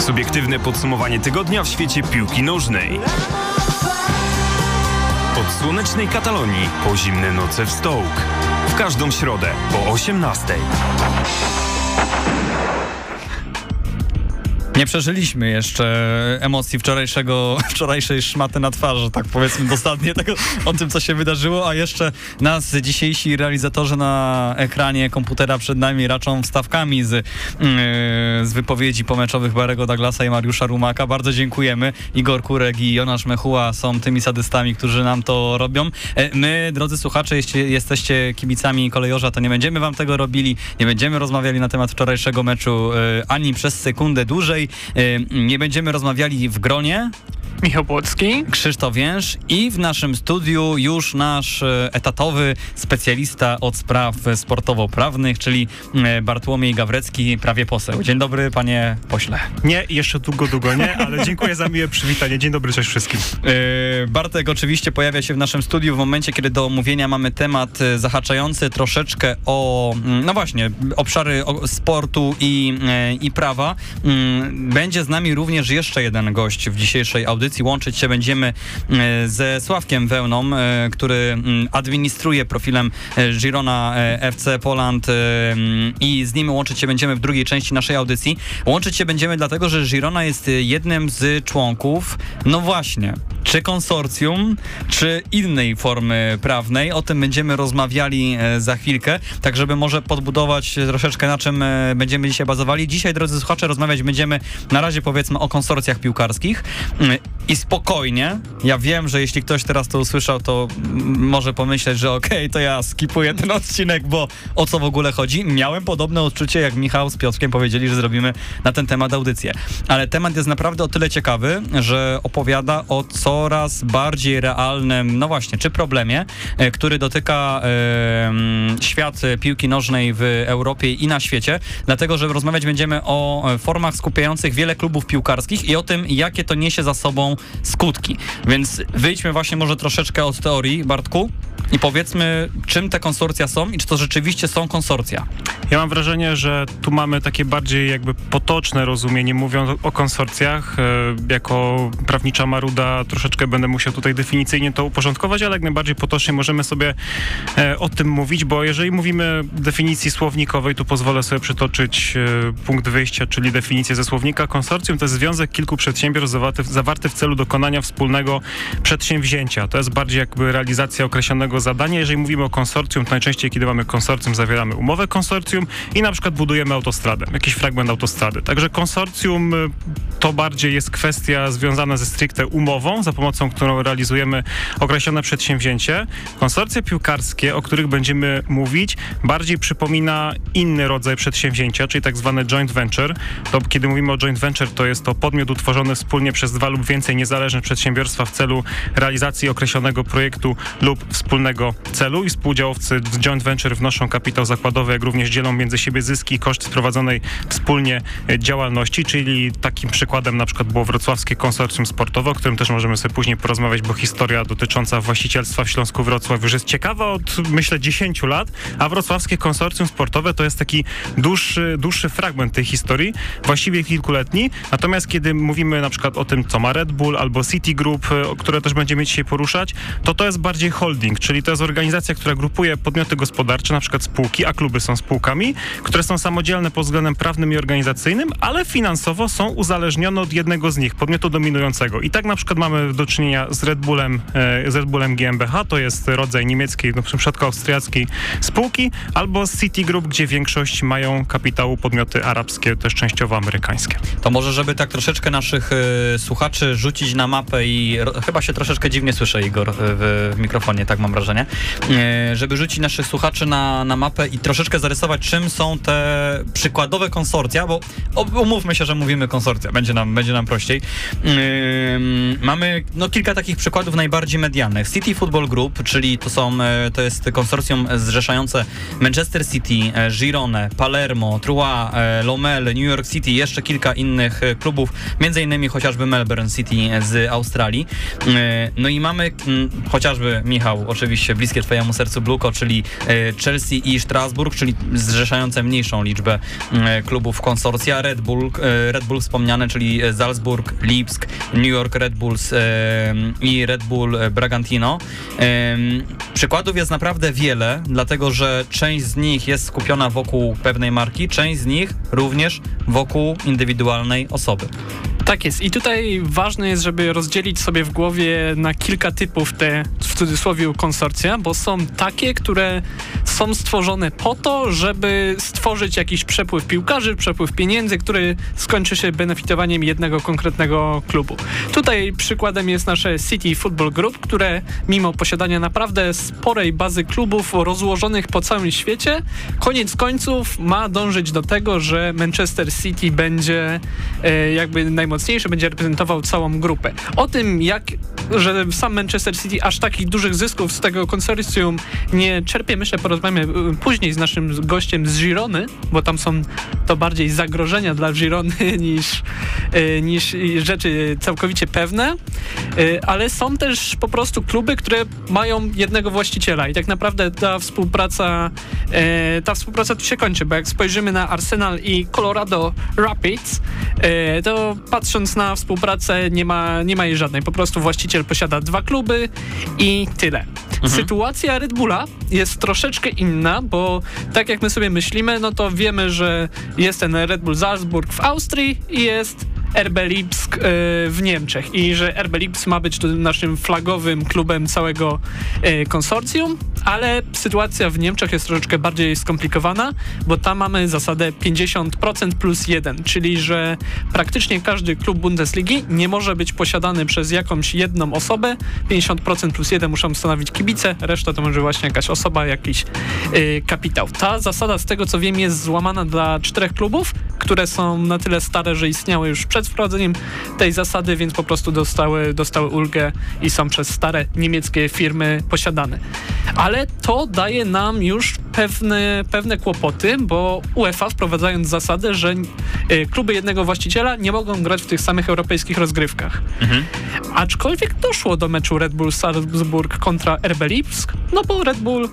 Subiektywne podsumowanie tygodnia w świecie piłki nożnej. Od słonecznej Katalonii po zimne noce w Stoke. W każdą środę po 18:00. Nie przeżyliśmy jeszcze emocji wczorajszej szmaty na twarzy, tak powiedzmy dosadnie, tego, o tym, co się wydarzyło, a jeszcze nas dzisiejsi realizatorzy na ekranie komputera przed nami raczą wstawkami z wypowiedzi pomeczowych Barry'ego Douglasa i Mariusza Rumaka. Bardzo dziękujemy. Igor Kurek i Jonasz Mechuła są tymi sadystami, którzy nam to robią. My, drodzy słuchacze, jeśli jesteście kibicami Kolejorza, to nie będziemy wam tego robili, nie będziemy rozmawiali na temat wczorajszego meczu ani przez sekundę dłużej. Nie będziemy rozmawiali w gronie. Michał Płocki, Krzysztof Więż i w naszym studiu już nasz etatowy specjalista od spraw sportowo-prawnych, czyli Bartłomiej Gawrecki, prawie poseł. Dzień dobry, panie pośle. Nie, jeszcze długo nie, ale dziękuję za miłe przywitanie. Dzień dobry, cześć wszystkim. Bartek oczywiście pojawia się w naszym studiu w momencie, kiedy do omówienia mamy temat zahaczający troszeczkę o, no właśnie, obszary sportu i prawa. Będzie z nami również jeszcze jeden gość w dzisiejszej audycji. Łączyć się będziemy ze Sławkiem Wełną, który administruje profilem Girona FC Poland i z nim łączyć się będziemy w drugiej części naszej audycji. Łączyć się będziemy dlatego, że Girona jest jednym z członków, no właśnie, czy konsorcjum, czy innej formy prawnej. O tym będziemy rozmawiali za chwilkę, tak żeby może podbudować troszeczkę, na czym będziemy dzisiaj bazowali. Dzisiaj, drodzy słuchacze, rozmawiać będziemy na razie powiedzmy o konsorcjach piłkarskich i spokojnie. Ja wiem, że jeśli ktoś teraz to usłyszał, to może pomyśleć, że okej, to ja skipuję ten odcinek, bo o co w ogóle chodzi? Miałem podobne odczucie, jak Michał z Piotrkiem powiedzieli, że zrobimy na ten temat audycję. Ale temat jest naprawdę o tyle ciekawy, że opowiada o coraz bardziej realnym, no właśnie, czy problemie, który dotyka świat piłki nożnej w Europie i na świecie, dlatego, że rozmawiać będziemy o formach skupiających wiele klubów piłkarskich i o tym, jakie to niesie za sobą skutki. Więc wyjdźmy właśnie może troszeczkę od teorii, Bartku, i powiedzmy, czym te konsorcja są i czy to rzeczywiście są konsorcja. Ja mam wrażenie, że tu mamy takie bardziej jakby potoczne rozumienie, mówiąc o konsorcjach. Jako prawnicza maruda troszeczkę będę musiał tutaj definicyjnie to uporządkować, ale jak najbardziej potocznie możemy sobie o tym mówić, bo jeżeli mówimy definicji słownikowej, tu pozwolę sobie przytoczyć punkt wyjścia, czyli definicję ze słownika. Konsorcjum to jest związek kilku przedsiębiorstw zawarty w celu dokonania wspólnego przedsięwzięcia. To jest bardziej jakby realizacja określonego zadania. Jeżeli mówimy o konsorcjum, to najczęściej, kiedy mamy konsorcjum, zawieramy umowę konsorcjum i na przykład budujemy autostradę, jakiś fragment autostrady. Także konsorcjum to bardziej jest kwestia związana ze stricte umową, za pomocą którą realizujemy określone przedsięwzięcie. Konsorcje piłkarskie, o których będziemy mówić, bardziej przypomina inny rodzaj przedsięwzięcia, czyli tak zwane joint venture. To kiedy mówimy o joint venture, to jest to podmiot utworzony wspólnie przez dwa lub więcej niezależnych przedsiębiorstwa w celu realizacji określonego projektu lub wspólnego celu i współdziałowcy w joint venture wnoszą kapitał zakładowy, jak również dzielą między siebie zyski i koszty prowadzonej wspólnie działalności, czyli takim przykładem na przykład było wrocławskie konsorcjum sportowe, o którym też możemy sobie później porozmawiać, bo historia dotycząca właścicielstwa w Śląsku Wrocław już jest ciekawa od, myślę, 10 lat, a wrocławskie konsorcjum sportowe to jest taki dłuższy fragment tej historii, właściwie kilkuletni. Natomiast kiedy mówimy na przykład o tym, co ma Red Bull albo City Group, które też będziemy dzisiaj poruszać, to jest bardziej holding, czyli to jest organizacja, która grupuje podmioty gospodarcze, na przykład spółki, a kluby są spółkami, które są samodzielne pod względem prawnym i organizacyjnym, ale finansowo są uzależnione od jednego z nich, podmiotu dominującego. I tak na przykład mamy do czynienia z Red Bullem GmbH, to jest rodzaj niemieckiej, no w przypadku austriackiej spółki, albo City Group, gdzie większość mają kapitału podmioty arabskie, też częściowo amerykańskie. To może, żeby tak troszeczkę naszych słuchaczy rzucić na mapę i chyba się troszeczkę dziwnie słyszę, Igor, w mikrofonie, tak mam wrażenie, żeby rzucić naszych słuchaczy na mapę i troszeczkę zarysować, czym są te przykładowe konsorcja, bo umówmy się, że mówimy konsorcja, będzie nam prościej. Mamy kilka takich przykładów najbardziej medialnych. City Football Group, czyli to jest konsorcjum zrzeszające Manchester City, Gironę, Palermo, Troyes, Lommel, New York City, jeszcze kilka innych klubów, między innymi chociażby Melbourne City z Australii. No i mamy chociażby, Michał, oczywiście bliskie twojemu sercu Bluko, czyli Chelsea i Strasburg, czyli zrzeszające mniejszą liczbę klubów konsorcja. Red Bull wspomniane, czyli Salzburg, Lipsk, New York Red Bulls i Red Bull Bragantino. Przykładów jest naprawdę wiele, dlatego że część z nich jest skupiona wokół pewnej marki, część z nich również wokół indywidualnej osoby. Tak jest. I tutaj ważne jest, żeby rozdzielić sobie w głowie na kilka typów te, w cudzysłowie, konsorcja, bo są takie, które są stworzone po to, żeby stworzyć jakiś przepływ piłkarzy, przepływ pieniędzy, który skończy się benefitowaniem jednego konkretnego klubu. Tutaj przykładem jest nasze City Football Group, które mimo posiadania naprawdę sporej bazy klubów rozłożonych po całym świecie, koniec końców ma dążyć do tego, że Manchester City będzie jakby najmocniejszy, będzie reprezentował całą grupę. O tym, że sam Manchester City aż takich dużych zysków z tego konsorcjum nie czerpie, myślę, porozmawiamy później z naszym gościem z Girony, bo tam są to bardziej zagrożenia dla Girony niż rzeczy całkowicie pewne, ale są też po prostu kluby, które mają jednego właściciela i tak naprawdę ta współpraca tu się kończy, bo jak spojrzymy na Arsenal i Colorado Rapids, to patrząc na współpracę nie ma jej żadnej. Po prostu właściciel posiada 2 kluby i tyle. Sytuacja Red Bulla jest troszeczkę inna, bo tak jak my sobie myślimy, no to wiemy, że jest ten Red Bull Salzburg w Austrii i jest RB Lipsk w Niemczech i że RB Lipsk ma być naszym flagowym klubem całego konsorcjum, ale sytuacja w Niemczech jest troszeczkę bardziej skomplikowana, bo tam mamy zasadę 50% plus 1, czyli że praktycznie każdy klub Bundesligi nie może być posiadany przez jakąś jedną osobę. 50% plus 1 muszą stanowić kibice, reszta to może właśnie jakaś osoba, jakiś kapitał. Ta zasada, z tego co wiem, jest złamana dla 4 klubów, które są na tyle stare, że istniały już przed wprowadzeniem tej zasady, więc po prostu dostały ulgę i są przez stare niemieckie firmy posiadane. Ale to daje nam już pewne kłopoty, bo UEFA, wprowadzając zasadę, że kluby jednego właściciela nie mogą grać w tych samych europejskich rozgrywkach. Aczkolwiek doszło do meczu Red Bull Salzburg kontra RB Lipsk, no bo Red Bull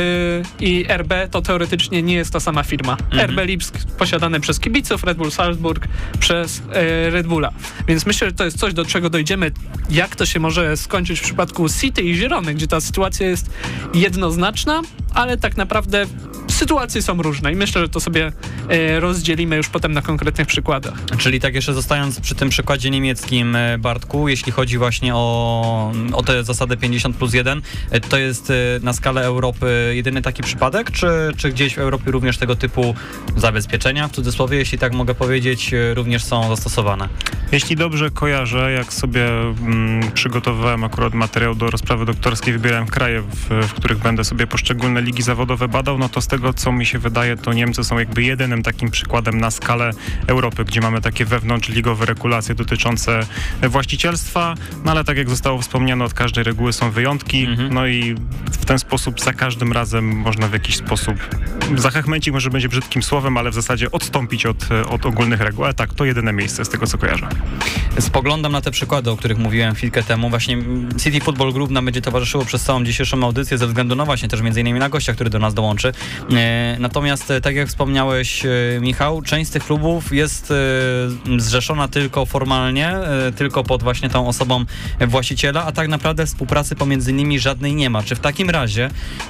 i RB to teoretycznie nie jest ta sama firma. RB Lipsk posiadane przez kibiców, Red Bull Salzburg przez Red Bulla. Więc myślę, że to jest coś, do czego dojdziemy, jak to się może skończyć w przypadku City i Girony, gdzie ta sytuacja jest jednoznaczna, ale tak naprawdę sytuacje są różne i myślę, że to sobie rozdzielimy już potem na konkretnych przykładach. Czyli tak jeszcze zostając przy tym przykładzie niemieckim, Bartku, jeśli chodzi właśnie o tę zasadę 50 plus 1, to jest na skalę Europy jedyny taki przypadek, czy gdzieś w Europie również tego typu zabezpieczenia, w cudzysłowie, jeśli tak mogę powiedzieć, również są zastosowane? Jeśli dobrze kojarzę, jak sobie przygotowywałem akurat materiał do rozprawy doktorskiej, wybierałem kraje, w których będę sobie poszczególne ligi zawodowe badał, no to z tego, co mi się wydaje, to Niemcy są jakby jedynym takim przykładem na skalę Europy, gdzie mamy takie wewnątrzligowe regulacje dotyczące właścicielstwa, no ale tak jak zostało wspomniane, od każdej reguły są wyjątki, no i w ten sposób za każdym razem można w jakiś sposób zachęcić, może będzie brzydkim słowem, ale w zasadzie odstąpić od ogólnych reguł, ale tak, to jedyne miejsce z tego, co kojarzę. Spoglądam na te przykłady, o których mówiłem chwilkę temu. Właśnie City Football Group nam będzie towarzyszyło przez całą dzisiejszą audycję ze względu na właśnie też m.in. na gościa, który do nas dołączy. Natomiast tak jak wspomniałeś, Michał, część z tych klubów jest zrzeszona tylko formalnie, tylko pod właśnie tą osobą właściciela, a tak naprawdę współpracy pomiędzy nimi żadnej nie ma. Czy w takim razie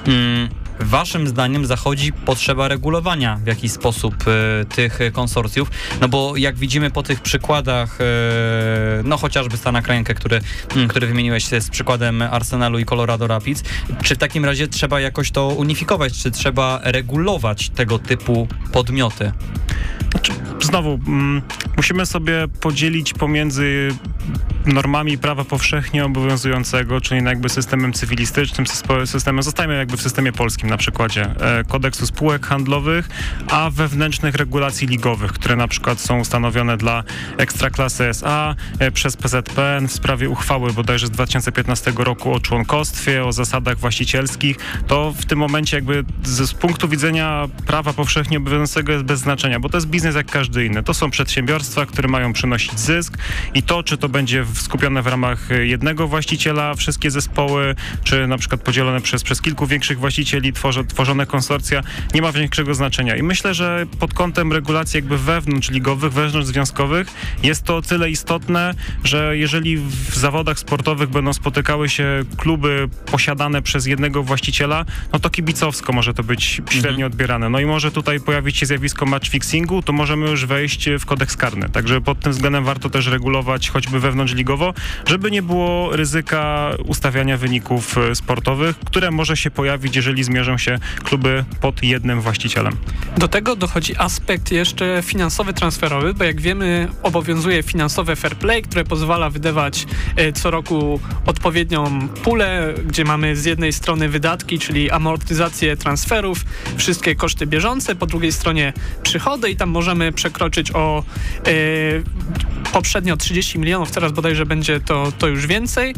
waszym zdaniem zachodzi potrzeba regulowania w jakiś sposób tych konsorcjów? No bo jak widzimy po tych przykładach, no chociażby Stana Kroenke, który wymieniłeś z przykładem Arsenalu i Colorado Rapids, czy w takim razie trzeba jakoś to unifikować, czy trzeba regulować tego typu podmioty? Znowu, musimy sobie podzielić pomiędzy normami prawa powszechnie obowiązującego, czyli jakby systemem cywilistycznym, zostajemy jakby w systemie polskim na przykładzie kodeksu spółek handlowych, a wewnętrznych regulacji ligowych, które na przykład są ustanowione dla Ekstraklasy SA przez PZPN w sprawie uchwały bodajże z 2015 roku o członkostwie, o zasadach właścicielskich, to w tym momencie jakby z punktu widzenia prawa powszechnie obowiązującego jest bez znaczenia, bo to jest biznes jak każdy inny. To są przedsiębiorstwa, które mają przynosić zysk i to, czy to będzie w skupione w ramach jednego właściciela wszystkie zespoły, czy na przykład podzielone przez kilku większych właścicieli, tworzone konsorcja, nie ma większego znaczenia. I myślę, że pod kątem regulacji jakby wewnątrzligowych, wewnątrzzwiązkowych jest to o tyle istotne, że jeżeli w zawodach sportowych będą spotykały się kluby posiadane przez jednego właściciela, no to kibicowsko może to być średnio odbierane. No i może tutaj pojawić się zjawisko match fixingu, to możemy już wejść w kodeks karny. Także pod tym względem warto też regulować choćby wewnątrzligowo, żeby nie było ryzyka ustawiania wyników sportowych, które może się pojawić, jeżeli zmierzą się kluby pod jednym właścicielem. Do tego dochodzi aspekt jeszcze finansowy, transferowy, bo jak wiemy obowiązuje finansowe fair play, które pozwala wydawać co roku odpowiednią pulę, gdzie mamy z jednej strony wydatki, czyli amortyzację transferów, wszystkie koszty bieżące, po drugiej stronie przychody i tam możemy przekroczyć o poprzednio 30 milionów, teraz bodajże będzie to już więcej,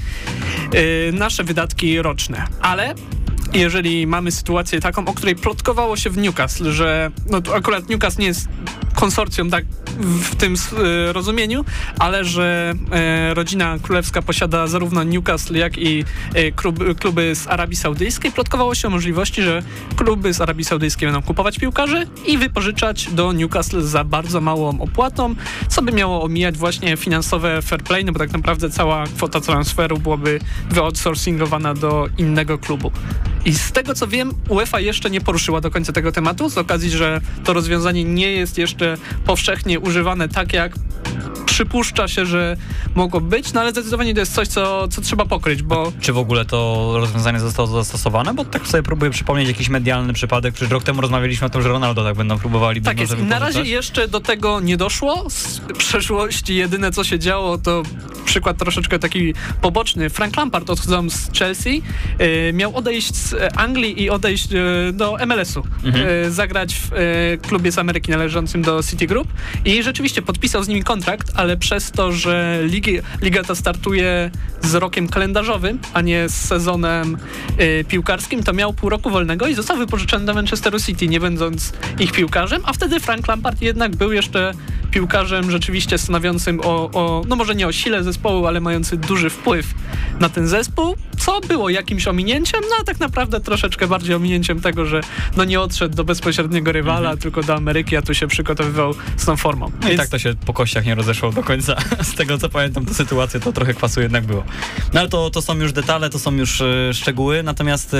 nasze wydatki roczne. Ale jeżeli mamy sytuację taką, o której plotkowało się w Newcastle, że no to akurat Newcastle nie jest konsorcjum tak w tym rozumieniu, ale że rodzina królewska posiada zarówno Newcastle, jak i kluby z Arabii Saudyjskiej, plotkowało się o możliwości, że kluby z Arabii Saudyjskiej będą kupować piłkarzy i wypożyczać do Newcastle za bardzo małą opłatą, co by miało omijać właśnie finansowe fair play, no bo tak naprawdę cała kwota transferu byłaby wyoutsourcingowana do innego klubu. I z tego co wiem, UEFA jeszcze nie poruszyła do końca tego tematu, z okazji, że to rozwiązanie nie jest jeszcze powszechnie używane tak, jak przypuszcza się, że mogło być, no ale zdecydowanie to jest coś, co trzeba pokryć, bo... Czy w ogóle to rozwiązanie zostało zastosowane? Bo tak sobie próbuję przypomnieć jakiś medialny przypadek, przecież rok temu rozmawialiśmy o tym, że Ronaldo tak będą próbowali. Tak jest. Na razie jeszcze do tego nie doszło. Z przeszłości jedyne, co się działo, to przykład troszeczkę taki poboczny. Frank Lampard, odchodząc z Chelsea, miał odejść z Anglii i odejść do MLS-u. Zagrać w klubie z Ameryki należącym do City Group i rzeczywiście podpisał z nimi kontrakt, ale przez to, że liga ta startuje z rokiem kalendarzowym, a nie z sezonem piłkarskim, to miał pół roku wolnego i został wypożyczony do Manchesteru City, nie będąc ich piłkarzem, a wtedy Frank Lampard jednak był jeszcze piłkarzem rzeczywiście stanowiącym no może nie o sile zespołu, ale mający duży wpływ na ten zespół, co było jakimś ominięciem, no a tak naprawdę troszeczkę bardziej ominięciem tego, że no nie odszedł do bezpośredniego rywala, tylko do Ameryki, a tu się przygotowywał z tą formą. No i tak to się po kościach nie rozeszło do końca. Z tego co pamiętam tę sytuację, to trochę kwasu jednak było. No ale to są już detale, to są już szczegóły, natomiast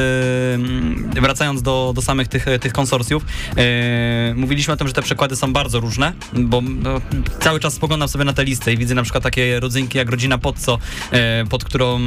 wracając do samych tych konsorcjów, mówiliśmy o tym, że te przykłady są bardzo różne, bo cały czas spoglądam sobie na tę listę i widzę na przykład takie rodzynki jak rodzina Pozzo, pod którą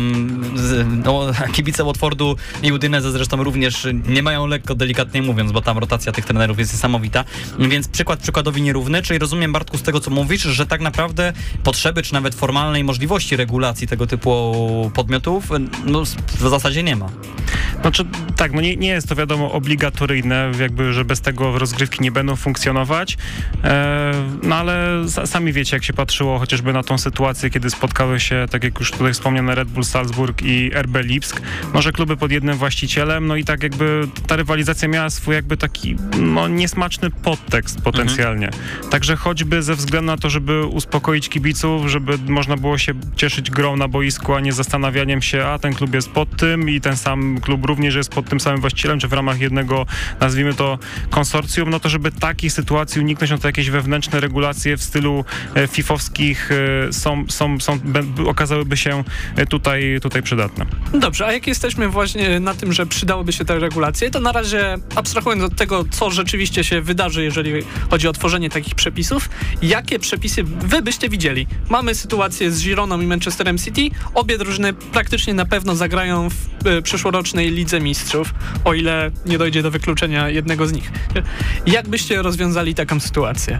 kibice Watfordu i Udinese zresztą również nie mają lekko, delikatnie mówiąc, bo tam rotacja tych trenerów jest niesamowita, więc przykładowi nierówny, czyli rozumiem, Bartku, z tego co mówisz, że tak naprawdę potrzeby, czy nawet formalnej możliwości regulacji tego typu podmiotów, no w zasadzie nie ma. Znaczy, tak, no nie jest to wiadomo obligatoryjne, jakby, że bez tego rozgrywki nie będą funkcjonować, no ale sami wiecie, jak się patrzyło chociażby na tą sytuację, kiedy spotkały się, tak jak już tutaj wspomniane, Red Bull Salzburg i RB Lipsk, no że kluby pod jednym właścicielem, no i tak jakby ta rywalizacja miała swój jakby taki, no niesmaczny podtekst potencjalnie. Także choćby ze względu na to, żeby uspokoić kibiców, żeby można było się cieszyć grą na boisku, a nie zastanawianiem się, a ten klub jest pod tym i ten sam klub również jest pod tym samym właścicielem, czy w ramach jednego, nazwijmy to, konsorcjum, no to żeby takich sytuacji uniknąć, no to jakieś wewnętrzne regulacje w stylu fifowskich okazałyby się tutaj przydatne. Dobrze, a jak jesteśmy właśnie na tym, że przydałyby się te regulacje, to na razie abstrahując od tego, co rzeczywiście się wydarzy, jeżeli chodzi o tworzenie takich przepisów, jakie przepisy wy byście widzieli? Mamy sytuację z Gironą i Manchesterem City, obie drużyny praktycznie na pewno zagrają w przyszłorocznej Lidze Mistrzów, o ile nie dojdzie do wykluczenia jednego z nich. Jak byście rozwiązali taką sytuację?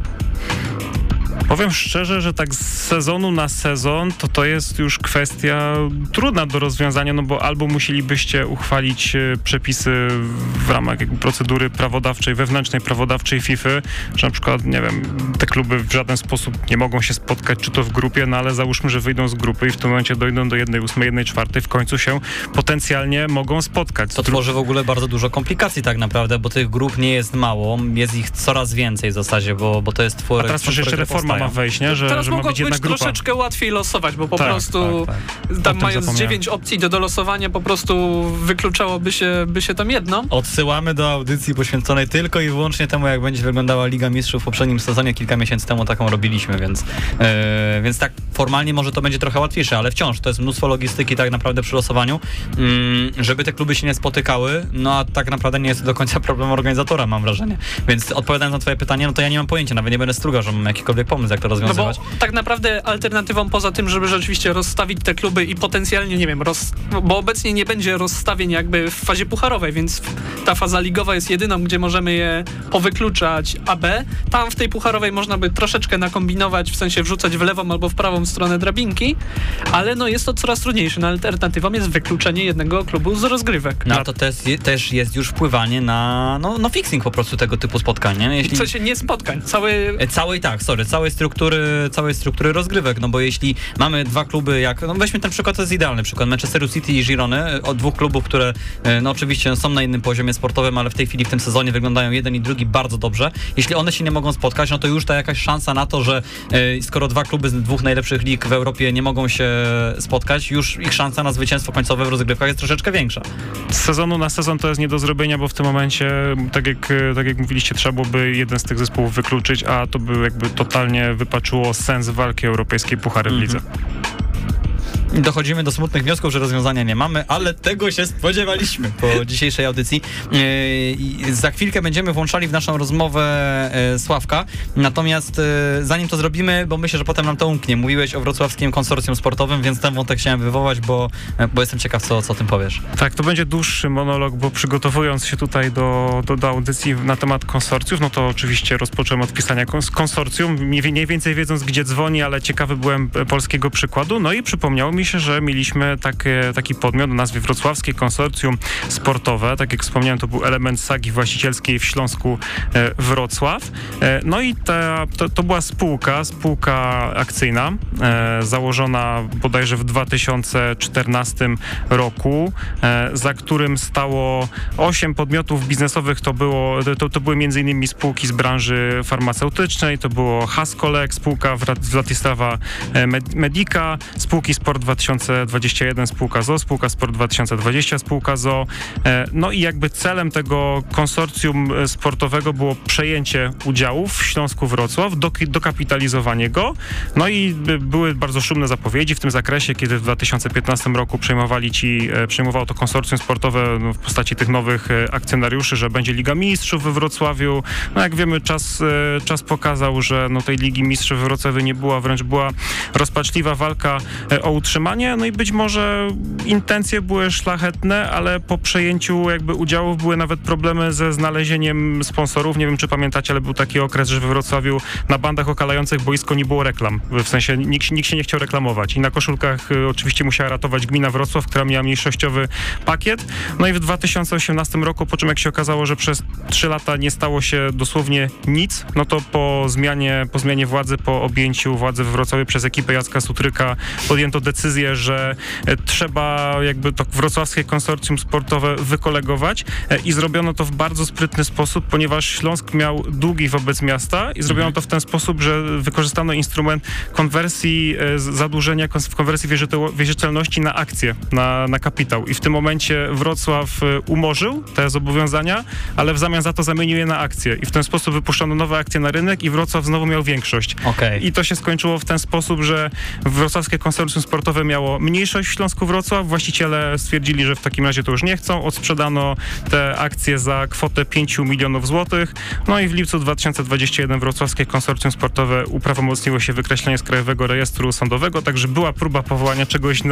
Powiem szczerze, że tak z sezonu na sezon to jest już kwestia trudna do rozwiązania, no bo albo musielibyście uchwalić przepisy w ramach jakby procedury prawodawczej, wewnętrznej prawodawczej FIFA, że na przykład, nie wiem, te kluby w żaden sposób nie mogą się spotkać, czy to w grupie, no ale załóżmy, że wyjdą z grupy i w tym momencie dojdą do 1/8, 1/4, w końcu się potencjalnie mogą spotkać. To tworzy w ogóle bardzo dużo komplikacji tak naprawdę, bo tych grup nie jest mało, jest ich coraz więcej w zasadzie, bo to jest... A teraz przecież jeszcze reforma ma wejść, nie? Teraz że ma mogło być jedna grupa. troszeczkę łatwiej losować, bo po prostu tam mając 9 opcji do dolosowania, po prostu wykluczałoby się tam jedno. Odsyłamy do audycji poświęconej tylko i wyłącznie temu, jak będzie wyglądała Liga Mistrzów w poprzednim sezonie. Kilka miesięcy temu taką robiliśmy, więc tak formalnie może to będzie trochę łatwiejsze, ale wciąż to jest mnóstwo logistyki tak naprawdę przy losowaniu, żeby te kluby się nie spotykały, no a tak naprawdę nie jest to do końca problem organizatora, mam wrażenie. Więc odpowiadając na twoje pytanie, no to ja nie mam pojęcia, nawet nie będę strugał, że mam jakikolwiek pomysł, jak to rozwiązywać. No bo tak naprawdę alternatywą poza tym, żeby rzeczywiście rozstawić te kluby i potencjalnie, nie wiem, bo obecnie nie będzie rozstawień jakby w fazie pucharowej, więc ta faza ligowa jest jedyną, gdzie możemy je powykluczać A, B. Tam w tej pucharowej można by troszeczkę nakombinować, w sensie wrzucać w lewą albo w prawą stronę drabinki, ale no jest to coraz trudniejsze. No, alternatywą jest wykluczenie jednego klubu z rozgrywek. No to też jest już wpływanie na fixing po prostu tego typu spotkań, nie? W sensie nie spotkań, całej struktury rozgrywek, no bo jeśli mamy dwa kluby, weźmy ten przykład, to jest idealny przykład, Manchesteru City i Girony, od dwóch klubów, które no oczywiście są na innym poziomie sportowym, ale w tej chwili w tym sezonie wyglądają jeden i drugi bardzo dobrze. Jeśli one się nie mogą spotkać, no to już ta jakaś szansa na to, że skoro dwa kluby z dwóch najlepszych lig w Europie nie mogą się spotkać, już ich szansa na zwycięstwo końcowe w rozgrywkach jest troszeczkę większa. Z sezonu na sezon to jest nie do zrobienia, bo w tym momencie, tak jak mówiliście, trzeba byłoby jeden z tych zespołów wykluczyć, a to by jakby totalnie wypaczyło sens walki europejskiej puchary w lidze. Dochodzimy do smutnych wniosków, że rozwiązania nie mamy, ale tego się spodziewaliśmy po dzisiejszej audycji. Za chwilkę będziemy włączali w naszą rozmowę Sławka, natomiast zanim to zrobimy, bo myślę, że potem nam to umknie, mówiłeś o wrocławskim konsorcjum sportowym, więc ten wątek chciałem wywołać, bo jestem ciekaw, co o tym powiesz. Tak, to będzie dłuższy monolog, bo przygotowując się tutaj do audycji na temat konsorcjów, no to oczywiście rozpocząłem od pisania konsorcjum, mniej więcej wiedząc, gdzie dzwoni, ale ciekawy byłem polskiego przykładu, no i przypomniało mi się, że mieliśmy taki podmiot o nazwie Wrocławskie Konsorcjum Sportowe. Tak jak wspomniałem, to był element sagi właścicielskiej w Śląsku Wrocław. No i to była spółka akcyjna, założona bodajże w 2014 roku, za którym stało 8 podmiotów biznesowych. To były m.in. spółki z branży farmaceutycznej, to było Haskolek, spółka Władysława Medika, spółki Sport 2021 spółka ZOO, spółka Sport 2020 spółka ZOO. No i jakby celem tego konsorcjum sportowego było przejęcie udziałów w Śląsku Wrocław, dokapitalizowanie go. No i były bardzo szumne zapowiedzi w tym zakresie, kiedy w 2015 roku przejmowało to konsorcjum sportowe w postaci tych nowych akcjonariuszy, że będzie Liga Mistrzów we Wrocławiu. No jak wiemy, czas pokazał, że tej Ligi Mistrzów we Wrocławiu nie była, wręcz była rozpaczliwa walka o utrzymanie, no i być może intencje były szlachetne, ale po przejęciu jakby udziałów były nawet problemy ze znalezieniem sponsorów. Nie wiem, czy pamiętacie, ale był taki okres, że we Wrocławiu na bandach okalających boisko nie było reklam. W sensie nikt się nie chciał reklamować. I na koszulkach oczywiście musiała ratować gmina Wrocław, która miała mniejszościowy pakiet. No i w 2018 roku, po czym jak się okazało, że przez 3 lata nie stało się dosłownie nic, no to po zmianie władzy, po objęciu władzy we Wrocławiu przez ekipę Jacka Sutryka podjęto decyzję, że trzeba jakby to wrocławskie konsorcjum sportowe wykolegować i zrobiono to w bardzo sprytny sposób, ponieważ Śląsk miał długi wobec miasta i zrobiono to w ten sposób, że wykorzystano instrument konwersji zadłużenia, w konwersji wierzytelności na akcje, na kapitał. I w tym momencie Wrocław umorzył te zobowiązania, ale w zamian za to zamienił je na akcje. I w ten sposób wypuszczono nowe akcje na rynek i Wrocław znowu miał większość. Okay. I to się skończyło w ten sposób, że wrocławskie konsorcjum sportowe miało mniejszość w Śląsku Wrocław. Właściciele stwierdzili, że w takim razie to już nie chcą. Odsprzedano te akcje za kwotę 5 milionów złotych. No i w lipcu 2021 wrocławskie konsorcjum sportowe uprawomocniło się wykreślenie z Krajowego Rejestru Sądowego, także była próba powołania czegoś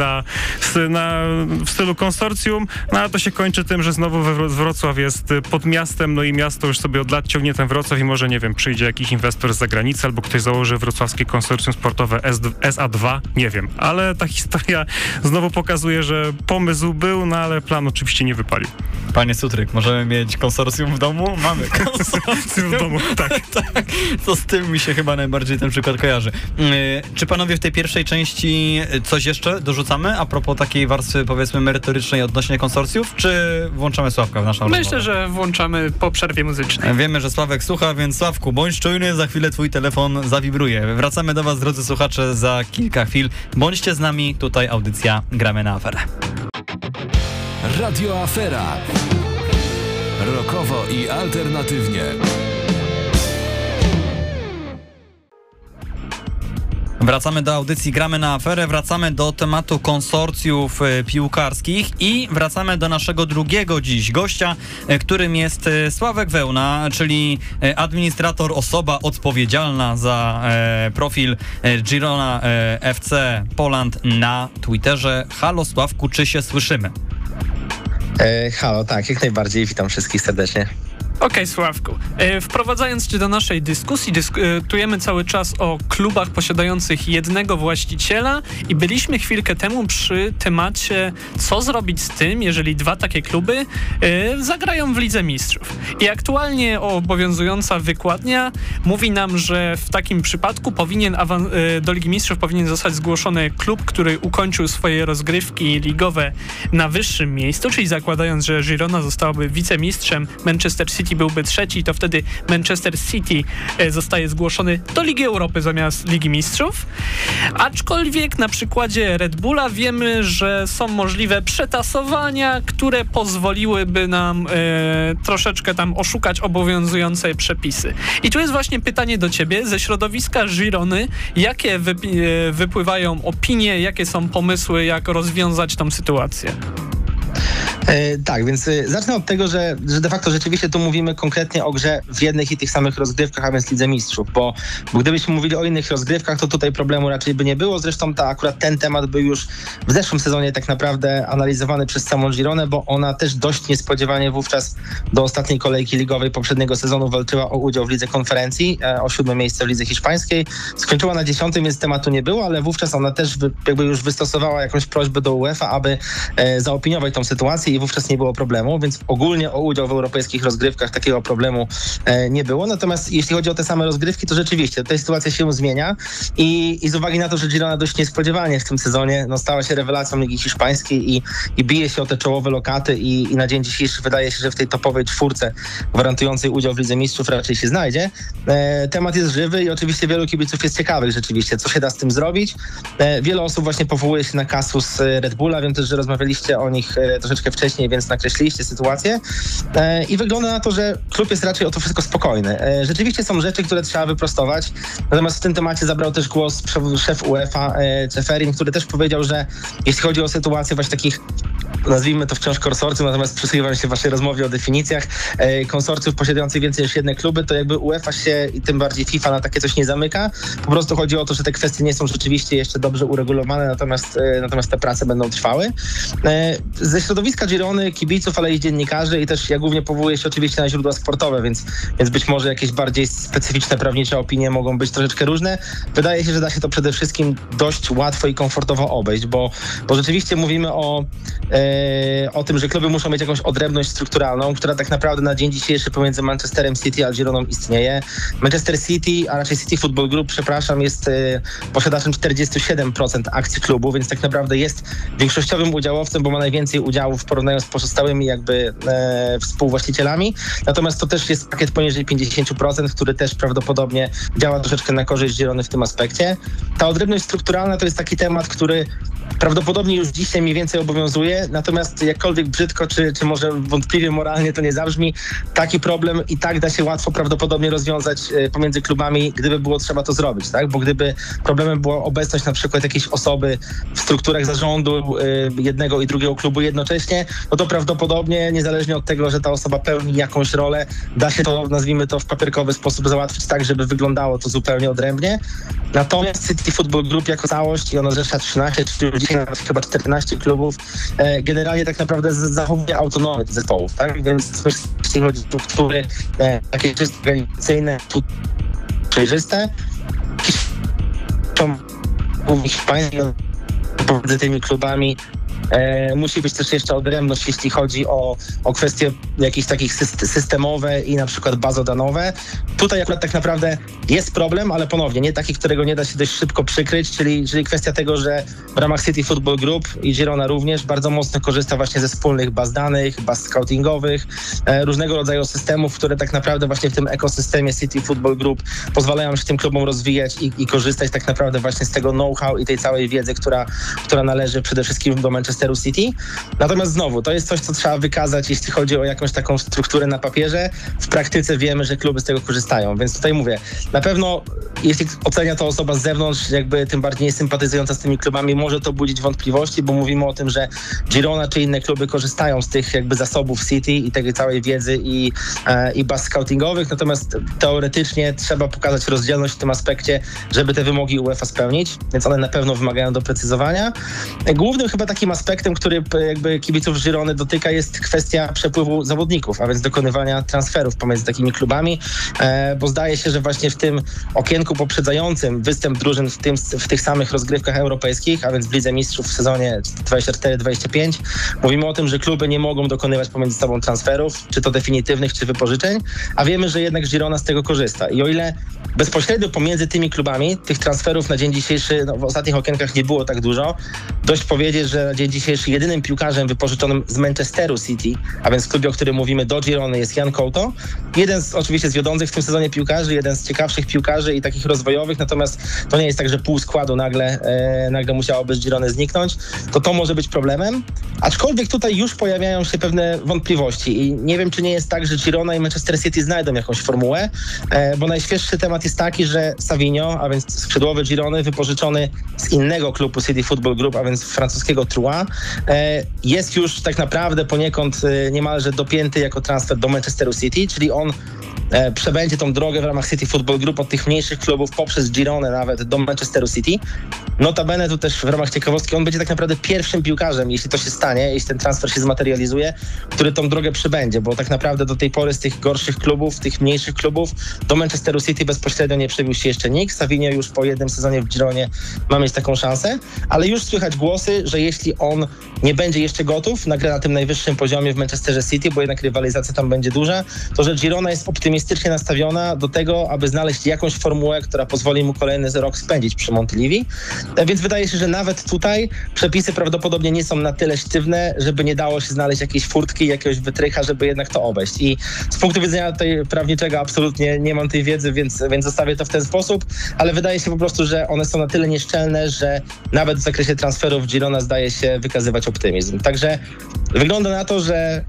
w stylu konsorcjum, no ale to się kończy tym, że znowu Wrocław jest pod miastem, no i miasto już sobie od lat ciągnie ten Wrocław i może, nie wiem, przyjdzie jakiś inwestor z zagranicy albo ktoś założy wrocławskie konsorcjum sportowe SA2, nie wiem, ale historia znowu pokazuje, że pomysł był, no ale plan oczywiście nie wypalił. Panie Sutryk, możemy mieć konsorcjum w domu? Mamy konsorcjum w domu, tak. Tak, to z tym mi się chyba najbardziej ten przykład kojarzy. Czy panowie w tej pierwszej części coś jeszcze dorzucamy a propos takiej warstwy, powiedzmy, merytorycznej odnośnie konsorcjów, czy włączamy Sławka w naszą rozmowę? Myślę, że włączamy po przerwie muzycznej. Wiemy, że Sławek słucha, więc Sławku, bądź czujny, za chwilę twój telefon zawibruje. Wracamy do was, drodzy słuchacze, za kilka chwil. Bądźcie z nami, tutaj audycja Gramy na Aferę. Radio Afera. Rockowo i alternatywnie. Wracamy do audycji Gramy na Aferę, wracamy do tematu konsorcjów piłkarskich i wracamy do naszego drugiego dziś gościa, którym jest Sławek Wełna, czyli administrator, osoba odpowiedzialna za profil Girona FC Poland na Twitterze. Halo Sławku, czy się słyszymy? Halo, tak, jak najbardziej. Witam wszystkich serdecznie. Okej, Sławku. Wprowadzając cię do naszej dyskusji, dyskutujemy cały czas o klubach posiadających jednego właściciela i byliśmy chwilkę temu przy temacie, co zrobić z tym, jeżeli dwa takie kluby zagrają w Lidze Mistrzów. I aktualnie obowiązująca wykładnia mówi nam, że w takim przypadku do Ligi Mistrzów powinien zostać zgłoszony klub, który ukończył swoje rozgrywki ligowe na wyższym miejscu, czyli zakładając, że Girona zostałaby wicemistrzem, Manchester City byłby trzeci, to wtedy Manchester City zostaje zgłoszony do Ligi Europy zamiast Ligi Mistrzów. Aczkolwiek na przykładzie Red Bulla wiemy, że są możliwe przetasowania, które pozwoliłyby nam troszeczkę tam oszukać obowiązujące przepisy. I tu jest właśnie pytanie do ciebie ze środowiska Girony, jakie wypływają opinie, jakie są pomysły, jak rozwiązać tą sytuację? Tak, więc zacznę od tego, że de facto rzeczywiście tu mówimy konkretnie o grze w jednych i tych samych rozgrywkach, a więc Lidze Mistrzów, bo gdybyśmy mówili o innych rozgrywkach, to tutaj problemu raczej by nie było. Zresztą akurat ten temat był już w zeszłym sezonie tak naprawdę analizowany przez samą Gironę, bo ona też dość niespodziewanie wówczas do ostatniej kolejki ligowej poprzedniego sezonu walczyła o udział w Lidze Konferencji, o 7. miejsce w Lidze Hiszpańskiej. Skończyła na 10., więc tematu nie było, ale wówczas ona też jakby już wystosowała jakąś prośbę do UEFA, aby zaopiniować tą sytuację i wówczas nie było problemu, więc ogólnie o udział w europejskich rozgrywkach takiego problemu nie było. Natomiast jeśli chodzi o te same rozgrywki, to rzeczywiście ta sytuacja się zmienia i z uwagi na to, że Girona dość niespodziewanie w tym sezonie stała się rewelacją Ligi Hiszpańskiej i bije się o te czołowe lokaty i na dzień dzisiejszy wydaje się, że w tej topowej czwórce gwarantującej udział w Lidze Mistrzów raczej się znajdzie. Temat jest żywy i oczywiście wielu kibiców jest ciekawych rzeczywiście, co się da z tym zrobić. Wiele osób właśnie powołuje się na kasus Red Bulla. Wiem też, że rozmawialiście o nich troszeczkę wcześniej, więc nakreśliliście sytuację i wygląda na to, że klub jest raczej o to wszystko spokojny. Rzeczywiście są rzeczy, które trzeba wyprostować, natomiast w tym temacie zabrał też głos szef UEFA Ceferin, który też powiedział, że jeśli chodzi o sytuację właśnie takich, nazwijmy to wciąż konsorcjum, natomiast przysłuchiwam się w waszej rozmowie o definicjach, konsorcjów posiadających więcej niż jedne kluby, to jakby UEFA się i tym bardziej FIFA na takie coś nie zamyka. Po prostu chodzi o to, że te kwestie nie są rzeczywiście jeszcze dobrze uregulowane, natomiast te prace będą trwały. Ze środowiska Girony, kibiców, ale i dziennikarzy i też ja głównie powołuję się oczywiście na źródła sportowe, więc być może jakieś bardziej specyficzne prawnicze opinie mogą być troszeczkę różne. Wydaje się, że da się to przede wszystkim dość łatwo i komfortowo obejść, bo rzeczywiście mówimy o tym, że kluby muszą mieć jakąś odrębność strukturalną, która tak naprawdę na dzień dzisiejszy pomiędzy Manchesterem City a Gironą istnieje. Manchester City, a raczej City Football Group, przepraszam, jest posiadaczem 47% akcji klubu, więc tak naprawdę jest większościowym udziałowcem, bo ma najwięcej udziałów w porównaniu z pozostałymi jakby współwłaścicielami. Natomiast to też jest pakiet poniżej 50%, który też prawdopodobnie działa troszeczkę na korzyść Girony w tym aspekcie. Ta odrębność strukturalna to jest taki temat, który prawdopodobnie już dzisiaj mniej więcej obowiązuje, natomiast jakkolwiek brzydko, czy może wątpliwie moralnie to nie zabrzmi, taki problem i tak da się łatwo prawdopodobnie rozwiązać pomiędzy klubami, gdyby było trzeba to zrobić, tak? Bo gdyby problemem była obecność na przykład jakiejś osoby w strukturach zarządu jednego i drugiego klubu jednocześnie, no to prawdopodobnie niezależnie od tego, że ta osoba pełni jakąś rolę, da się to, nazwijmy to, w papierkowy sposób załatwić tak, żeby wyglądało to zupełnie odrębnie. Natomiast City Football Group jako całość i ona zrzesza 13 czy dzisiaj nawet chyba 14 klubów, generalnie tak naprawdę zachowuje autonomię zespołów, tak? Więc jeśli chodzi o struktury takie czysto organizacyjne, przejrzyste, Hiszpanii pomiędzy tymi klubami. Musi być też jeszcze odrębność, jeśli chodzi o kwestie jakieś takich systemowe i na przykład bazodanowe. Tutaj akurat tak naprawdę jest problem, ale ponownie nie taki, którego nie da się dość szybko przykryć, czyli kwestia tego, że w ramach City Football Group i Girona również bardzo mocno korzysta właśnie ze wspólnych baz danych, baz scoutingowych, różnego rodzaju systemów, które tak naprawdę właśnie w tym ekosystemie City Football Group pozwalają się tym klubom rozwijać i korzystać tak naprawdę właśnie z tego know-how i tej całej wiedzy, która należy przede wszystkim do Manchesteru City. Natomiast znowu, to jest coś, co trzeba wykazać, jeśli chodzi o jakąś taką strukturę na papierze. W praktyce wiemy, że kluby z tego korzystają, więc tutaj mówię, na pewno jeśli ocenia to osoba z zewnątrz, jakby tym bardziej niesympatyzująca z tymi klubami, może to budzić wątpliwości, bo mówimy o tym, że Girona czy inne kluby korzystają z tych jakby zasobów City i tej całej wiedzy i baz scoutingowych, natomiast teoretycznie trzeba pokazać rozdzielność w tym aspekcie, żeby te wymogi UEFA spełnić, więc one na pewno wymagają doprecyzowania. Głównym chyba takim aspektem, który jakby kibiców Girony dotyka, jest kwestia przepływu zawodników, a więc dokonywania transferów pomiędzy takimi klubami, bo zdaje się, że właśnie w tym okienku poprzedzającym występ drużyn w tych samych rozgrywkach europejskich, a więc w Lidze Mistrzów w sezonie 24-25, mówimy o tym, że kluby nie mogą dokonywać pomiędzy sobą transferów, czy to definitywnych, czy wypożyczeń, a wiemy, że jednak Girona z tego korzysta. I o ile bezpośrednio pomiędzy tymi klubami tych transferów na dzień dzisiejszy, w ostatnich okienkach nie było tak dużo, dość powiedzieć, że na dzień dzisiejszy jedynym piłkarzem wypożyczonym z Manchesteru City, a więc w klubie, o którym mówimy, do Girony, jest Jan Couto. Jeden oczywiście z wiodących w tym sezonie piłkarzy, jeden z ciekawszych piłkarzy i takich rozwojowych, natomiast to nie jest tak, że pół składu nagle musiałoby z Girony zniknąć. To może być problemem, aczkolwiek tutaj już pojawiają się pewne wątpliwości i nie wiem, czy nie jest tak, że Girona i Manchester City znajdą jakąś formułę, bo najświeższy temat jest taki, że Savinho, a więc skrzydłowy Girony, wypożyczony z innego klubu City Football Group, a więc francuskiego Troyes, jest już tak naprawdę poniekąd niemalże dopięty jako transfer do Manchesteru City, czyli on przebędzie tą drogę w ramach City Football Group od tych mniejszych klubów poprzez Gironę nawet do Manchesteru City. Notabene tu też w ramach ciekawostki on będzie tak naprawdę pierwszym piłkarzem, jeśli to się stanie, jeśli ten transfer się zmaterializuje, który tą drogę przebędzie, bo tak naprawdę do tej pory z tych gorszych klubów, tych mniejszych klubów do Manchesteru City bezpośrednio nie przebił się jeszcze nikt. Savinho już po jednym sezonie w Gironie ma mieć taką szansę, ale już słychać głosy, że jeśli on nie będzie jeszcze gotów na grę na tym najwyższym poziomie w Manchesterze City, bo jednak rywalizacja tam będzie duża, to że Girona jest optymistycznie nastawiona do tego, aby znaleźć jakąś formułę, która pozwoli mu kolejny rok spędzić przy Montilivi. Więc wydaje się, że nawet tutaj przepisy prawdopodobnie nie są na tyle sztywne, żeby nie dało się znaleźć jakiejś furtki, jakiegoś wytrycha, żeby jednak to obejść. I z punktu widzenia tutaj prawniczego absolutnie nie mam tej wiedzy, więc zostawię to w ten sposób, ale wydaje się po prostu, że one są na tyle nieszczelne, że nawet w zakresie transferów Girona zdaje się wykazywać optymizm. Także wygląda na to, że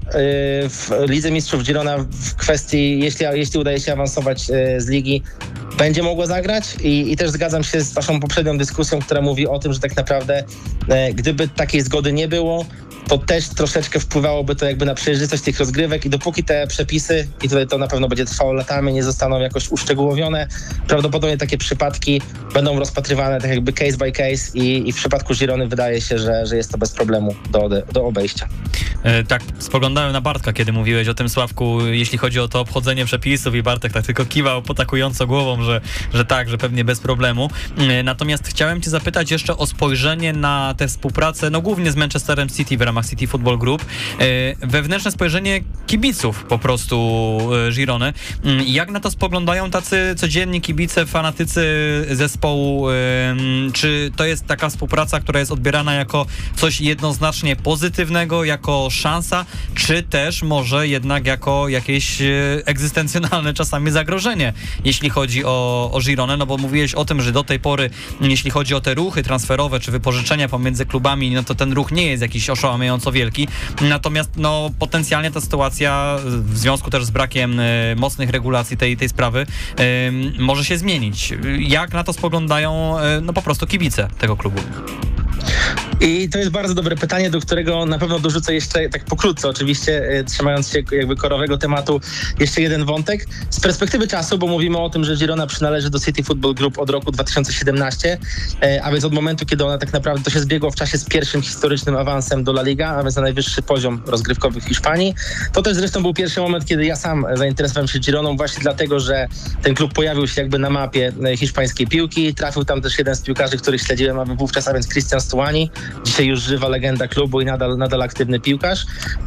w Lidze Mistrzów Girona w kwestii, jeśli udaje się awansować z ligi, będzie mogła zagrać i też zgadzam się z waszą poprzednią dyskusją, która mówi o tym, że tak naprawdę gdyby takiej zgody nie było, to też troszeczkę wpływałoby to jakby na przejrzystość tych rozgrywek i dopóki te przepisy, i tutaj to na pewno będzie trwało latami, nie zostaną jakoś uszczegółowione, prawdopodobnie takie przypadki będą rozpatrywane tak jakby case by case i w przypadku Girony wydaje się, że jest to bez problemu do obejścia. Tak, spoglądałem na Bartka, kiedy mówiłeś o tym, Sławku, jeśli chodzi o to obchodzenie przepisów i Bartek tak tylko kiwał potakująco głową, że tak, że pewnie bez problemu. Natomiast chciałem cię zapytać jeszcze o spojrzenie na tę współpracę, no głównie z Manchesterem City w ramach City Football Group, wewnętrzne spojrzenie kibiców po prostu Girony. Jak na to spoglądają tacy codzienni kibice, fanatycy zespołu? Czy to jest taka współpraca, która jest odbierana jako coś jednoznacznie pozytywnego, jako szansa, czy też może jednak jako jakieś egzystencjonalne czasami zagrożenie, jeśli chodzi o Gironę, no bo mówiłeś o tym, że do tej pory, jeśli chodzi o te ruchy transferowe czy wypożyczenia pomiędzy klubami, no to ten ruch nie jest jakiś oszałamiająco wielki, natomiast no potencjalnie ta sytuacja w związku też z brakiem mocnych regulacji tej sprawy może się zmienić. Jak na to spoglądają no po prostu kibice tego klubu? I to jest bardzo dobre pytanie, do którego na pewno dorzucę jeszcze, tak pokrótce oczywiście, trzymając się jakby korowego tematu, jeszcze jeden wątek. Z perspektywy czasu, bo mówimy o tym, że Girona przynależy do City Football Group od roku 2017, a więc od momentu, kiedy ona tak naprawdę to się zbiegło w czasie z pierwszym historycznym awansem do La Liga, a więc na najwyższy poziom rozgrywkowy w Hiszpanii. To też zresztą był pierwszy moment, kiedy ja sam zainteresowałem się Gironą właśnie dlatego, że ten klub pojawił się jakby na mapie hiszpańskiej piłki. Trafił tam też jeden z piłkarzy, których śledziłem wówczas, a więc Cristian Stuani, dzisiaj już żywa legenda klubu i nadal aktywny piłkarz.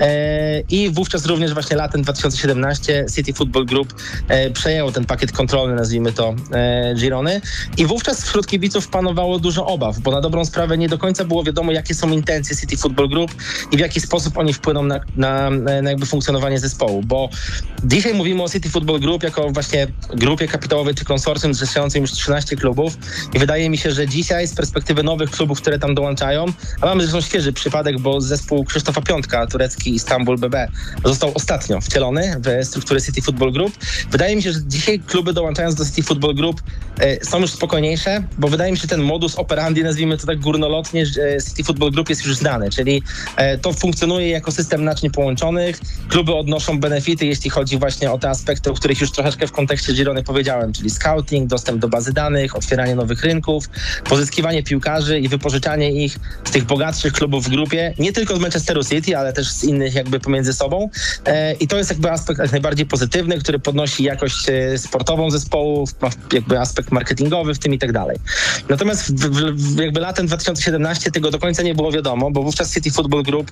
I wówczas również właśnie latem 2017 City Football Group przejęło ten pakiet kontrolny, nazwijmy to, Girony. I wówczas wśród kibiców panowało dużo obaw, bo na dobrą sprawę nie do końca było wiadomo, jakie są intencje City Football Group i w jaki sposób oni wpłyną na jakby funkcjonowanie zespołu, bo dzisiaj mówimy o City Football Group jako właśnie grupie kapitałowej czy konsorcjum zrzeszającym już 13 klubów i wydaje mi się, że dzisiaj z perspektywy nowych klubów, które tam dołączają, a mamy zresztą świeży przypadek, bo zespół Krzysztofa Piątka, turecki Istanbul BB, został ostatnio wcielony w strukturę City Football Group. Wydaje mi się, że dzisiaj kluby dołączając do City Football Group są już spokojniejsze, bo wydaje mi się, że ten modus operandi, nazwijmy to tak górnolotnie, City Football Group jest już znany, czyli to funkcjonuje jako system naczyń połączonych. Kluby odnoszą benefity, jeśli chodzi właśnie o te aspekty, o których już troszeczkę w kontekście Girony powiedziałem, czyli scouting, dostęp do bazy danych, otwieranie nowych rynków, pozyskiwanie piłkarzy i wypożyczanie ich z tych bogatszych klubów w grupie, nie tylko z Manchesteru City, ale też z innych jakby pomiędzy sobą. I to jest jakby aspekt jak najbardziej pozytywny, który podnosi jakość sportową zespołu, jakby aspekt marketingowy w tym i tak dalej. Natomiast jakby latem 2017 tego do końca nie było wiadomo, bo wówczas City Football Group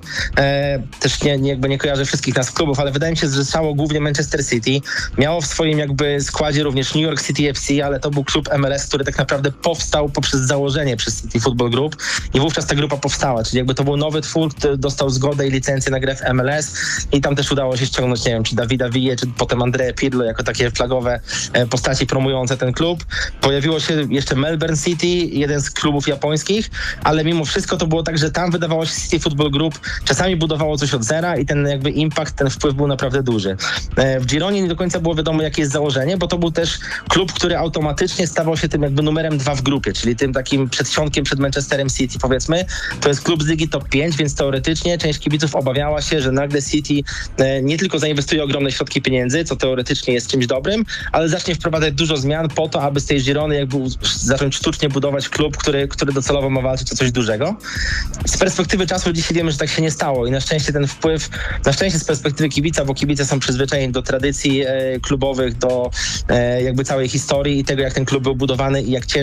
też nie kojarzę wszystkich nas klubów, ale wydaje mi się, że trzało głównie Manchester City. Miało w swoim jakby składzie również New York City FC, ale to był klub MLS, który tak naprawdę powstał poprzez założenie przez City Football Group i wówczas ta grupa powstała, czyli jakby to był nowy twór, który dostał zgodę i licencję na grę w MLS i tam też udało się ściągnąć, nie wiem, czy Davida Villa, czy potem Andrea Pirlo jako takie flagowe postaci promujące ten klub. Pojawiło się jeszcze Melbourne City, jeden z klubów japońskich, ale mimo wszystko to było tak, że tam wydawało się City Football Group czasami budowało coś od zera i ten jakby impact, ten wpływ był naprawdę duży. W Gironie nie do końca było wiadomo, jakie jest założenie, bo to był też klub, który automatycznie stawał się tym jakby numerem 2 w grupie, czyli tym takim przedsionkiem przed Manchesterem City, powiedzmy. To jest klub z ligi top 5, więc teoretycznie część kibiców obawiała się, że nagle City nie tylko zainwestuje ogromne środki pieniędzy, co teoretycznie jest czymś dobrym, ale zacznie wprowadzać dużo zmian po to, aby z tej Girony jakby zacząć sztucznie budować klub, który docelowo ma walczyć o coś dużego. Z perspektywy czasu dzisiaj wiemy, że tak się nie stało i na szczęście ten wpływ, z perspektywy kibica, bo kibice są przyzwyczajeni do tradycji klubowych, do jakby całej historii i tego, jak ten klub był budowany i jak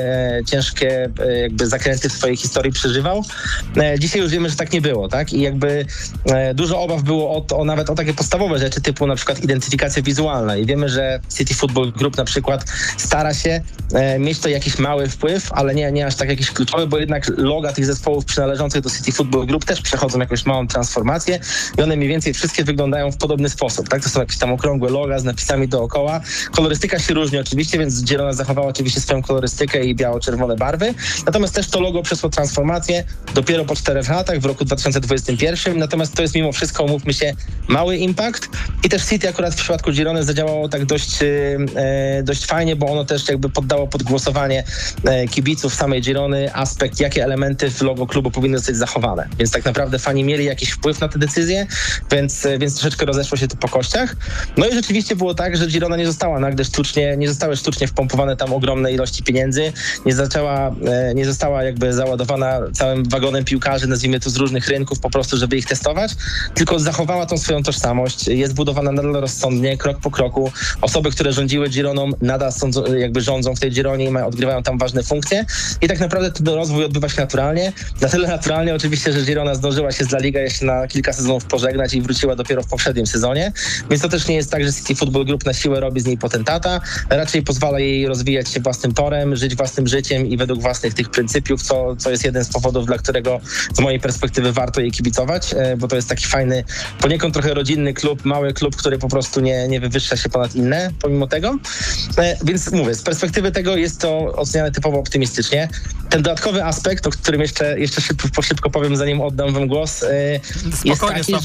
ciężkie jakby zakręty w swojej historii przeżywał. Dzisiaj już wiemy, że tak nie było, tak? I jakby dużo obaw było nawet o takie podstawowe rzeczy, typu na przykład identyfikacja wizualna i wiemy, że City Football Group na przykład stara się mieć to jakiś mały wpływ, ale nie aż tak jakiś kluczowy, bo jednak loga tych zespołów przynależących do City Football Group też przechodzą jakąś małą transformację i one mniej więcej wszystkie wyglądają w podobny sposób, tak? To są jakieś tam okrągłe loga z napisami dookoła. Kolorystyka się różni oczywiście, więc Girona zachowała oczywiście swoją kolorystykę i biało-czerwone barwy, natomiast też to logo przeszło transformację dopiero po 4 latach, w roku 2021, natomiast to jest mimo wszystko, umówmy się, mały impact i też City akurat w przypadku Girony zadziałało tak dość fajnie, bo ono też jakby poddało pod głosowanie kibiców samej Girony aspekt, jakie elementy w logo klubu powinny zostać zachowane. Więc tak naprawdę fani mieli jakiś wpływ na te decyzje, więc troszeczkę rozeszło się to po kościach. No i rzeczywiście było tak, że Girona nie zostały sztucznie wpompowane tam ogromne ilości pieniędzy, nie została jakby załadowana całym wagonem piłkarzy, nazwijmy to z różnych rynków po prostu, żeby ich testować, tylko zachowała tą swoją tożsamość, jest budowana nadal rozsądnie, krok po kroku. Osoby, które rządziły Gironą, nadal rządzą w tej Gironie i odgrywają tam ważne funkcje i tak naprawdę ten rozwój odbywa się naturalnie. Na tyle naturalnie oczywiście, że Girona zdążyła się z La Liga jeszcze na kilka sezonów pożegnać i wróciła dopiero w poprzednim sezonie, więc to też nie jest tak, że City Football Group na siłę robi z niej potentata, raczej pozwala jej rozwijać się własnym torem, żyć własnym życiem i według własnych tych pryncypiów, co jest jeden z powodów, dla którego z mojej perspektywy warto jej kibicować, bo to jest taki fajny, poniekąd trochę rodzinny klub, mały klub, który po prostu nie wywyższa się ponad inne pomimo tego. Więc mówię, z perspektywy tego jest to oceniane typowo optymistycznie. Ten dodatkowy aspekt, o którym jeszcze szybko powiem, zanim oddam wam głos, jest taki,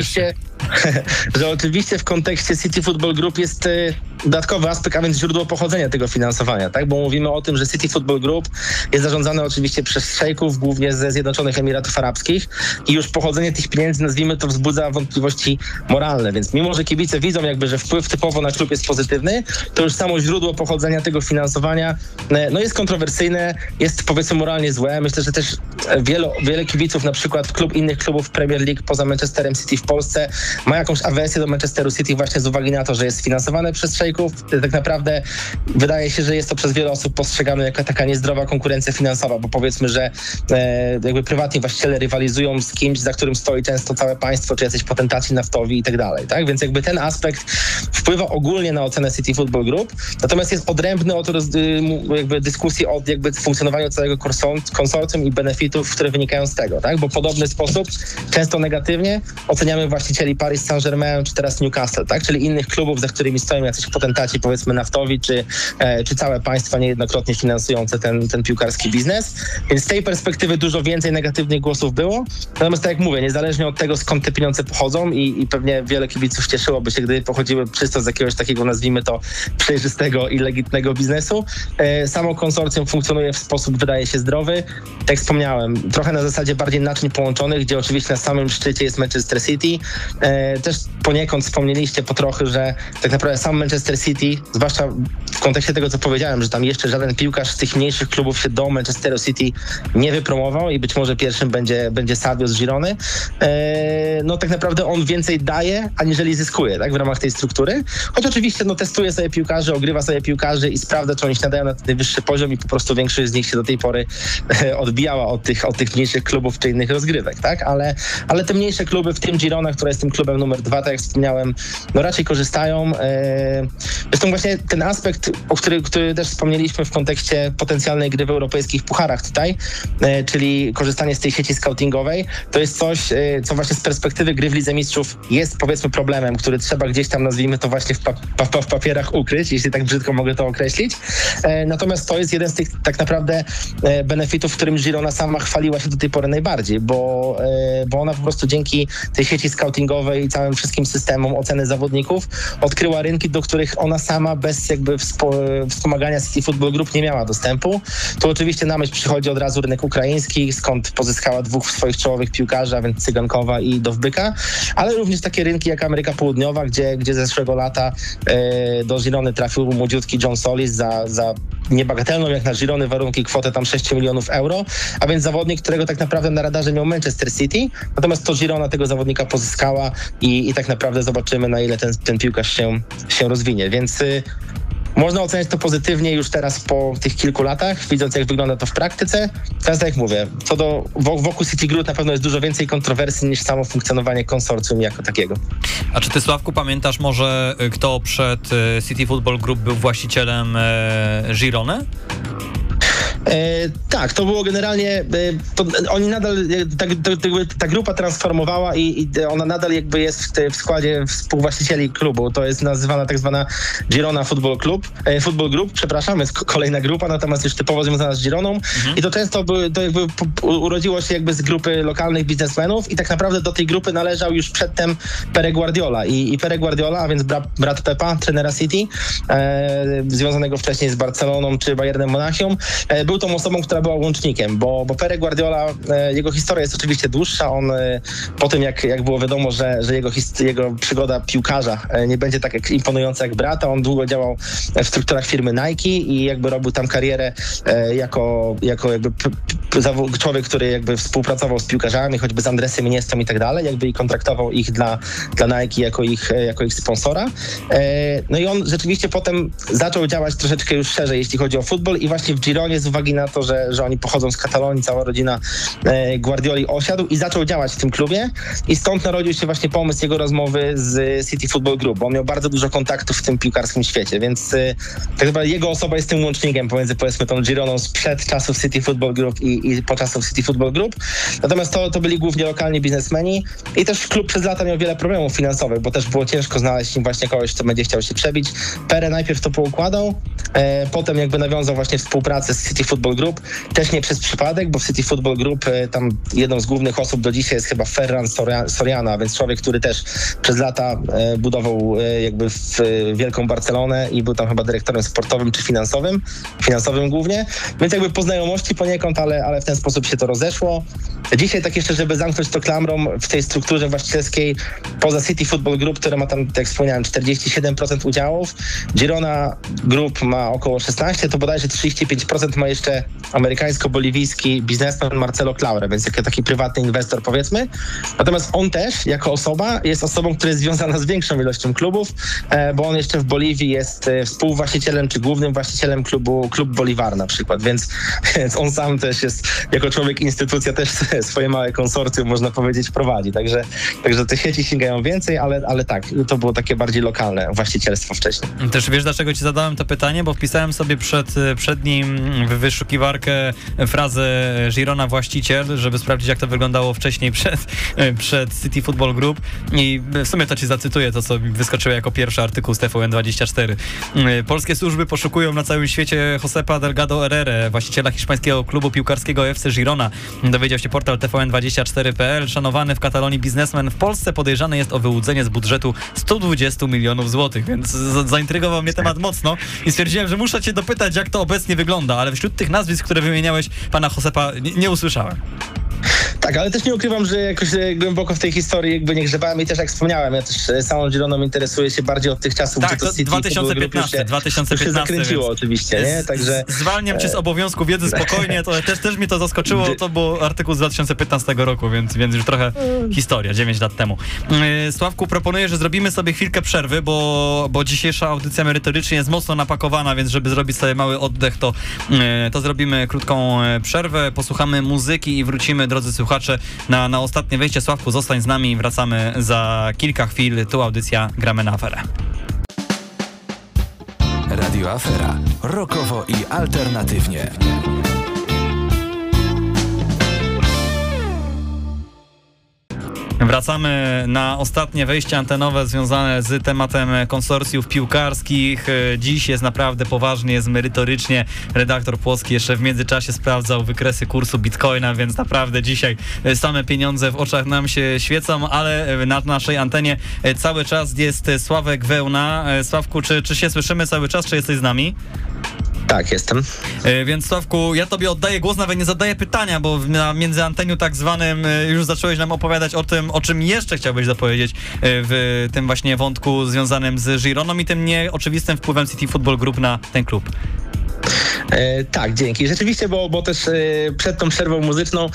że oczywiście w kontekście City Football Group jest dodatkowy aspekt, a więc źródło pochodzenia tego finansowania, tak? Bo mówimy o tym, że City Football Group jest zarządzane oczywiście przez szejków, głównie ze Zjednoczonych Emiratów Arabskich i już pochodzenie tych pieniędzy, nazwijmy to, wzbudza wątpliwości moralne, więc mimo, że kibice widzą jakby, że wpływ typowo na klub jest pozytywny, to już samo źródło pochodzenia tego finansowania jest kontrowersyjne, jest powiedzmy moralnie złe. Myślę, że też wiele kibiców, na przykład innych klubów Premier League poza Manchesterem City w Polsce ma jakąś awersję do Manchesteru City właśnie z uwagi na to, że jest finansowane przez szejków, szejków. Tak naprawdę wydaje się, że jest to przez wiele osób postrzegane jako taka niezdrowa konkurencja finansowa, bo powiedzmy, że jakby prywatni właściciele rywalizują z kimś, za którym stoi często całe państwo, czy jacyś potentaci naftowi i tak dalej, tak? Więc jakby ten aspekt wpływa ogólnie na ocenę City Football Group, natomiast jest odrębny od jakby dyskusji od jakby funkcjonowania całego konsorcjum i benefitów, które wynikają z tego, tak? Bo w podobny sposób często negatywnie oceniamy właścicieli Paris Saint-Germain czy teraz Newcastle, tak? Czyli innych klubów, za którymi stoją jacyś potentaci, powiedzmy naftowi, czy całe państwa niejednokrotnie finansujące ten piłkarski biznes. Więc z tej perspektywy dużo więcej negatywnych głosów było. Natomiast tak jak mówię, niezależnie od tego, skąd te pieniądze pochodzą i pewnie wiele kibiców cieszyłoby się, gdyby pochodziły czysto z jakiegoś takiego, nazwijmy to, przejrzystego i legitnego biznesu. Samo konsorcjum funkcjonuje w sposób, wydaje się, zdrowy. Tak jak wspomniałem, trochę na zasadzie bardziej naczyń połączonych, gdzie oczywiście na samym szczycie jest Manchester City. Też poniekąd wspomnieliście po trochę, że tak naprawdę sam Manchester City, zwłaszcza w kontekście tego, co powiedziałem, że tam jeszcze żaden piłkarz z tych mniejszych klubów się do Manchesteru City nie wypromował i być może pierwszym będzie Savio z Girony. No tak naprawdę on więcej daje, aniżeli zyskuje, tak, w ramach tej struktury. Choć oczywiście testuje sobie piłkarzy, ogrywa sobie piłkarzy i sprawdza, czy oni się nadają na najwyższy poziom i po prostu większość z nich się do tej pory odbijała od tych mniejszych klubów czy innych rozgrywek, tak? Ale te mniejsze kluby, w tym Girona, która jest tym klubem numer 2, tak jak wspomniałem, raczej korzystają. Zresztą właśnie ten aspekt, który też wspomnieliśmy w kontekście potencjalnej gry w europejskich pucharach tutaj, czyli korzystanie z tej sieci scoutingowej, to jest coś, co właśnie z perspektywy gry w Lidze Mistrzów jest, powiedzmy, problemem, który trzeba gdzieś tam, nazwijmy to właśnie w papierach ukryć, jeśli tak brzydko mogę to określić. Natomiast to jest jeden z tych tak naprawdę benefitów, którym Girona sama chwaliła się do tej pory najbardziej, bo ona po prostu dzięki tej sieci scoutingowej i całym wszystkim systemom oceny zawodników odkryła rynki, do których ona sama bez jakby wspomagania City Football Group nie miała dostępu. Tu oczywiście na myśl przychodzi od razu rynek ukraiński, skąd pozyskała 2 swoich czołowych piłkarzy, a więc Cygankowa i Dowbyka, ale również takie rynki jak Ameryka Południowa, gdzie zeszłego lata do Girony trafił młodziutki John Solis za niebagatelną jak na Girony warunki kwotę tam 6 milionów euro, a więc zawodnik, którego tak naprawdę na radarze miał Manchester City, natomiast to Girona tego zawodnika pozyskała i tak naprawdę zobaczymy, na ile ten piłkarz się rozwinie, więc można oceniać to pozytywnie już teraz po tych kilku latach, widząc jak wygląda to w praktyce. Teraz tak jak mówię, wokół City Group na pewno jest dużo więcej kontrowersji niż samo funkcjonowanie konsorcjum jako takiego. A czy ty, Sławku, pamiętasz może, kto przed City Football Group był właścicielem Girony? Tak, to było generalnie, oni nadal, ta grupa transformowała i ona nadal jakby jest w składzie współwłaścicieli klubu. To jest nazywana tak zwana Girona Football Group, przepraszam, jest kolejna grupa, natomiast już typowo związana z Gironą. I to często to jakby urodziło się jakby z grupy lokalnych biznesmenów i tak naprawdę do tej grupy należał już przedtem Pere Guardiola. I Pere Guardiola, a więc brat Pepa, trenera City, związanego wcześniej z Barceloną czy Bayernem Monachium, był tą osobą, która była łącznikiem, bo Pere Guardiola, jego historia jest oczywiście dłuższa. On po tym, jak było wiadomo, że jego przygoda piłkarza nie będzie tak imponująca jak brata, on długo działał w strukturach firmy Nike i jakby robił tam karierę jako jakby człowiek, który jakby współpracował z piłkarzami, choćby z Andresem Iniestą i tak dalej, jakby i kontraktował ich dla Nike jako ich sponsora. No i on rzeczywiście potem zaczął działać troszeczkę już szerzej, jeśli chodzi o futbol i właśnie w Gironie z uwagi na to, że oni pochodzą z Katalonii, cała rodzina Guardioli osiadł i zaczął działać w tym klubie i stąd narodził się właśnie pomysł jego rozmowy z City Football Group, bo on miał bardzo dużo kontaktów w tym piłkarskim świecie, więc tak naprawdę jego osoba jest tym łącznikiem pomiędzy, powiedzmy, tą Gironą sprzed czasów City Football Group i po czasów City Football Group. Natomiast to byli głównie lokalni biznesmeni i też klub przez lata miał wiele problemów finansowych, bo też było ciężko znaleźć im właśnie kogoś, kto będzie chciał się przebić. Pere najpierw to poukładał, potem jakby nawiązał właśnie współpracę z City Football Group, też nie przez przypadek, bo w City Football Group tam jedną z głównych osób do dzisiaj jest chyba Ferran Soriano, a więc człowiek, który też przez lata budował jakby wielką Barcelonę i był tam chyba dyrektorem sportowym czy finansowym głównie, więc jakby po znajomości poniekąd, ale w ten sposób się to rozeszło. Dzisiaj tak jeszcze, żeby zamknąć to klamrą, w tej strukturze właścicielskiej poza City Football Group, które ma tam, tak jak wspomniałem, 47% udziałów, Girona Group ma około 16%, to bodajże 35% ma jeszcze jeszcze amerykańsko-boliwijski biznesmen Marcelo Claure, więc taki prywatny inwestor, powiedzmy. Natomiast on też, jako osoba, jest osobą, która jest związana z większą ilością klubów, bo on jeszcze w Boliwii jest współwłaścicielem czy głównym właścicielem Klub Bolivar na przykład, więc on sam też jest, jako człowiek instytucja, też swoje małe konsorcjum, można powiedzieć, prowadzi. Także te sieci sięgają więcej, ale tak, to było takie bardziej lokalne właścicielstwo wcześniej. Też wiesz, dlaczego ci zadałem to pytanie? Bo wpisałem sobie przed nim w wyszukiwarkę frazę Girona właściciel, żeby sprawdzić, jak to wyglądało wcześniej przed City Football Group, i w sumie to ci zacytuję to, co mi wyskoczyło jako pierwszy artykuł z TVN24. Polskie służby poszukują na całym świecie Josepa Delgado Herrera, właściciela hiszpańskiego klubu piłkarskiego FC Girona. Dowiedział się portal TVN24.pl. Szanowany w Katalonii biznesmen w Polsce podejrzany jest o wyłudzenie z budżetu 120 milionów złotych, więc zaintrygował mnie temat mocno i stwierdziłem, że muszę cię dopytać, jak to obecnie wygląda, ale wśród tych nazwisk, które wymieniałeś, pana Josepa nie usłyszałem. Tak, ale też nie ukrywam, że jakoś głęboko w tej historii jakby nie grzebałem i też, jak wspomniałem, ja też samą Gironą interesuję się bardziej od tych czasów, tak, gdzie to City 2015 się zakręciło, oczywiście, nie? Także zwalniam cię z obowiązku wiedzy spokojnie, to też mnie to zaskoczyło, to był artykuł z 2015 roku, więc już trochę historia, 9 lat temu. Sławku, proponuję, że zrobimy sobie chwilkę przerwy, bo dzisiejsza audycja merytorycznie jest mocno napakowana, więc żeby zrobić sobie mały oddech, to zrobimy krótką przerwę, posłuchamy muzyki i wrócimy, drodzy słuchacze, na ostatnie wejście. Sławku, zostań z nami, wracamy za kilka chwil. Tu audycja Gramy na Aferę. Radio Afera. Rockowo i alternatywnie. Wracamy na ostatnie wejście antenowe związane z tematem konsorcjów piłkarskich. Dziś jest naprawdę poważnie, jest merytorycznie. Redaktor Płocki jeszcze w międzyczasie sprawdzał wykresy kursu Bitcoina, więc naprawdę dzisiaj same pieniądze w oczach nam się świecą, ale na naszej antenie cały czas jest Sławek Wełna. Sławku, czy się słyszymy cały czas, czy jesteś z nami? Tak, jestem. Więc Sławku, ja tobie oddaję głos, nawet nie zadaję pytania, bo na międzyanteniu tak zwanym już zacząłeś nam opowiadać o tym, o czym jeszcze chciałbyś dopowiedzieć w tym właśnie wątku związanym z Gironą i tym nieoczywistym wpływem City Football Group na ten klub. Tak, dzięki. Rzeczywiście, bo też przed tą przerwą muzyczną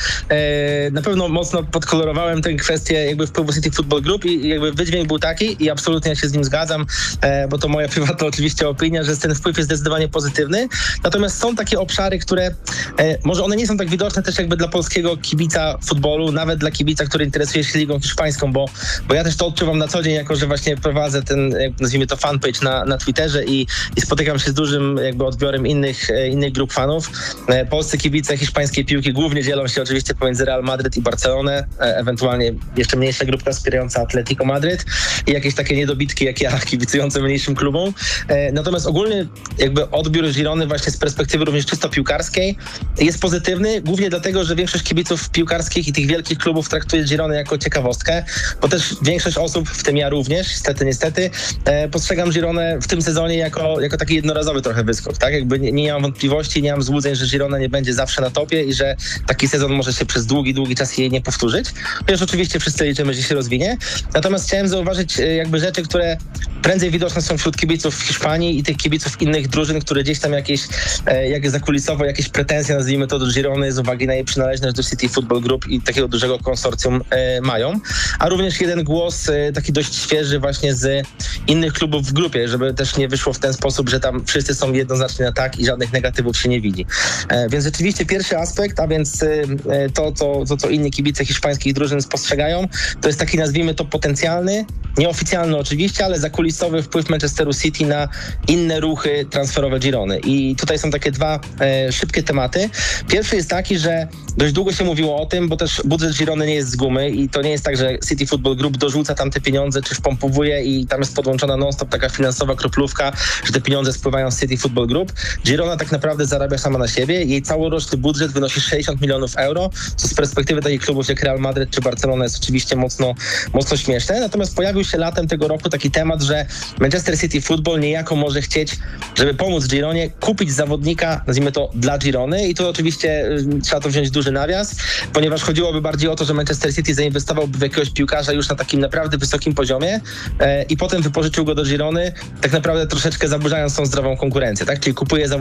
na pewno mocno podkolorowałem tę kwestię jakby wpływu City Football Group i jakby wydźwięk był taki i absolutnie ja się z nim zgadzam, bo to moja prywatna oczywiście opinia, że ten wpływ jest zdecydowanie pozytywny. Natomiast są takie obszary, które może one nie są tak widoczne też jakby dla polskiego kibica futbolu, nawet dla kibica, który interesuje się ligą hiszpańską, bo ja też to odczuwam na co dzień, jako że właśnie prowadzę ten, nazwijmy to, fanpage na Twitterze i spotykam się z dużym jakby odbiorem innych grup fanów. Polscy kibice hiszpańskiej piłki głównie dzielą się oczywiście pomiędzy Real Madryt i Barcelonę, ewentualnie jeszcze mniejsza grupka wspierająca Atletico Madryt i jakieś takie niedobitki jak ja, kibicujące mniejszym klubom. Natomiast ogólny jakby odbiór Girony właśnie z perspektywy również czysto piłkarskiej jest pozytywny, głównie dlatego, że większość kibiców piłkarskich i tych wielkich klubów traktuje Gironę jako ciekawostkę, bo też większość osób, w tym ja również, niestety, postrzegam Gironę w tym sezonie jako taki jednorazowy trochę wyskok, tak? Jakby nie mam wątpliwości, nie mam złudzeń, że Girona nie będzie zawsze na topie i że taki sezon może się przez długi czas jej nie powtórzyć. Chociaż oczywiście wszyscy liczymy, że się rozwinie. Natomiast chciałem zauważyć jakby rzeczy, które prędzej widoczne są wśród kibiców w Hiszpanii i tych kibiców innych drużyn, które gdzieś tam jakieś zakulisowo jakieś pretensje, nazwijmy to, do Girony z uwagi na jej przynależność do City Football Group i takiego dużego konsorcjum mają. A również jeden głos taki dość świeży właśnie z innych klubów w grupie, żeby też nie wyszło w ten sposób, że tam wszyscy są jednoznacznie na tak i żadnych negatywów się nie widzi. Więc rzeczywiście pierwszy aspekt, a więc to, co inni kibice hiszpańskich drużyn spostrzegają, to jest taki, nazwijmy to, potencjalny, nieoficjalny oczywiście, ale zakulisowy wpływ Manchesteru City na inne ruchy transferowe Girony. I tutaj są takie dwa szybkie tematy. Pierwszy jest taki, że dość długo się mówiło o tym, bo też budżet Girony nie jest z gumy i to nie jest tak, że City Football Group dorzuca tam te pieniądze, czy wpompowuje i tam jest podłączona non-stop taka finansowa kroplówka, że te pieniądze spływają z City Football Group. Girona tak naprawdę zarabia sama na siebie. Jej całoroczny budżet wynosi 60 milionów euro, co z perspektywy takich klubów jak Real Madryt czy Barcelona jest oczywiście mocno śmieszne. Natomiast pojawił się latem tego roku taki temat, że Manchester City Football niejako może chcieć, żeby pomóc Gironie, kupić zawodnika, nazwijmy to, dla Girony i to oczywiście trzeba to wziąć duży nawias, ponieważ chodziłoby bardziej o to, że Manchester City zainwestowałby w jakiegoś piłkarza już na takim naprawdę wysokim poziomie i potem wypożyczył go do Girony, tak naprawdę troszeczkę zaburzając tą zdrową konkurencję, tak? Czyli kupuje zawodnika,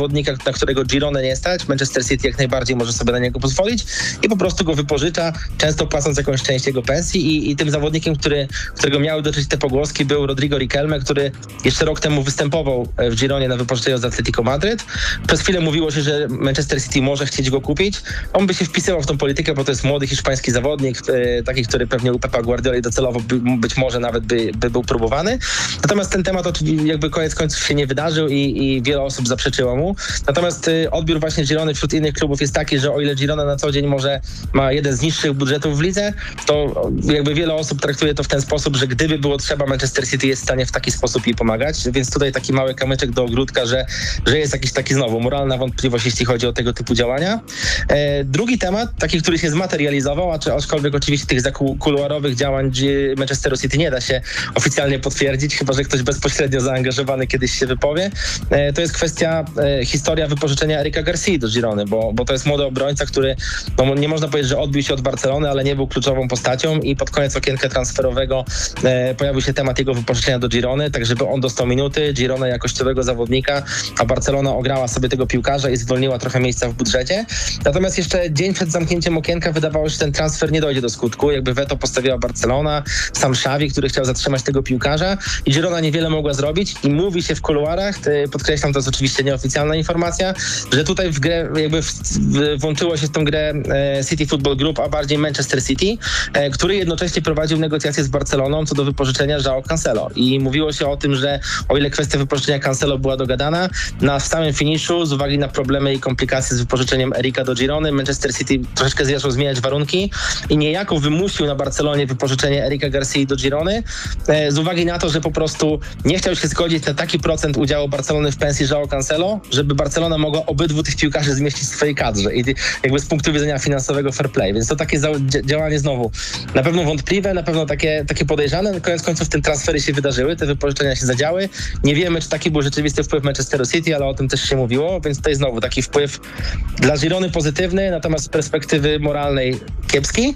na którego Girona nie stać, Manchester City jak najbardziej może sobie na niego pozwolić i po prostu go wypożycza, często płacąc jakąś część jego pensji i tym zawodnikiem, którego miały dotyczyć te pogłoski, był Rodrigo Riquelme, który jeszcze rok temu występował w Gironie na wypożyczeniu z Atletico Madryt. Przez chwilę mówiło się, że Manchester City może chcieć go kupić. On by się wpisywał w tą politykę, bo to jest młody hiszpański zawodnik, taki, który pewnie u Pepa Guardioli docelowo być może nawet by był próbowany. Natomiast ten temat oczywiście jakby koniec końców się nie wydarzył i wiele osób zaprzeczyło mu. Natomiast odbiór właśnie Girony wśród innych klubów jest taki, że o ile Girona na co dzień może ma jeden z niższych budżetów w lidze, to jakby wiele osób traktuje to w ten sposób, że gdyby było trzeba, Manchester City jest w stanie w taki sposób jej pomagać, więc tutaj taki mały kamyczek do ogródka, że jest jakiś taki znowu moralna wątpliwość, jeśli chodzi o tego typu działania. Drugi temat, taki, który się zmaterializował, aczkolwiek oczywiście tych kuluarowych działań Manchesteru City nie da się oficjalnie potwierdzić, chyba że ktoś bezpośrednio zaangażowany kiedyś się wypowie, to jest kwestia historia wypożyczenia Erika Garcia do Girony, bo to jest młody obrońca, który nie można powiedzieć, że odbił się od Barcelony, ale nie był kluczową postacią i pod koniec okienka transferowego pojawił się temat jego wypożyczenia do Girony, tak żeby on dostał minuty, Girona jakościowego zawodnika, a Barcelona ograła sobie tego piłkarza i zwolniła trochę miejsca w budżecie. Natomiast jeszcze dzień przed zamknięciem okienka wydawało się, że ten transfer nie dojdzie do skutku. Jakby weto postawiła Barcelona, sam Xavi, który chciał zatrzymać tego piłkarza i Girona niewiele mogła zrobić i mówi się w kuluarach, podkreślam, to jest oczywiście nieoficjalna informacja, że tutaj w grę jakby włączyło się w tą grę City Football Group, a bardziej Manchester City, który jednocześnie prowadził negocjacje z Barceloną co do wypożyczenia João Cancelo i mówiło się o tym, że o ile kwestia wypożyczenia Cancelo była dogadana, w samym finiszu z uwagi na problemy i komplikacje z wypożyczeniem Erika do Girony, Manchester City troszeczkę zaczął zmieniać warunki i niejako wymusił na Barcelonie wypożyczenie Erika Garcia do Girony z uwagi na to, że po prostu nie chciał się zgodzić na taki procent udziału Barcelony w pensji João Cancelo, żeby Barcelona mogła obydwu tych piłkarzy zmieścić w swojej kadrze i jakby z punktu widzenia finansowego fair play, więc to takie działanie znowu na pewno wątpliwe, na pewno takie podejrzane, koniec końców te transfery się wydarzyły, te wypożyczenia się zadziały, nie wiemy, czy taki był rzeczywisty wpływ Manchesteru City, ale o tym też się mówiło, więc tutaj znowu taki wpływ dla Girony pozytywny, natomiast z perspektywy moralnej kiepski.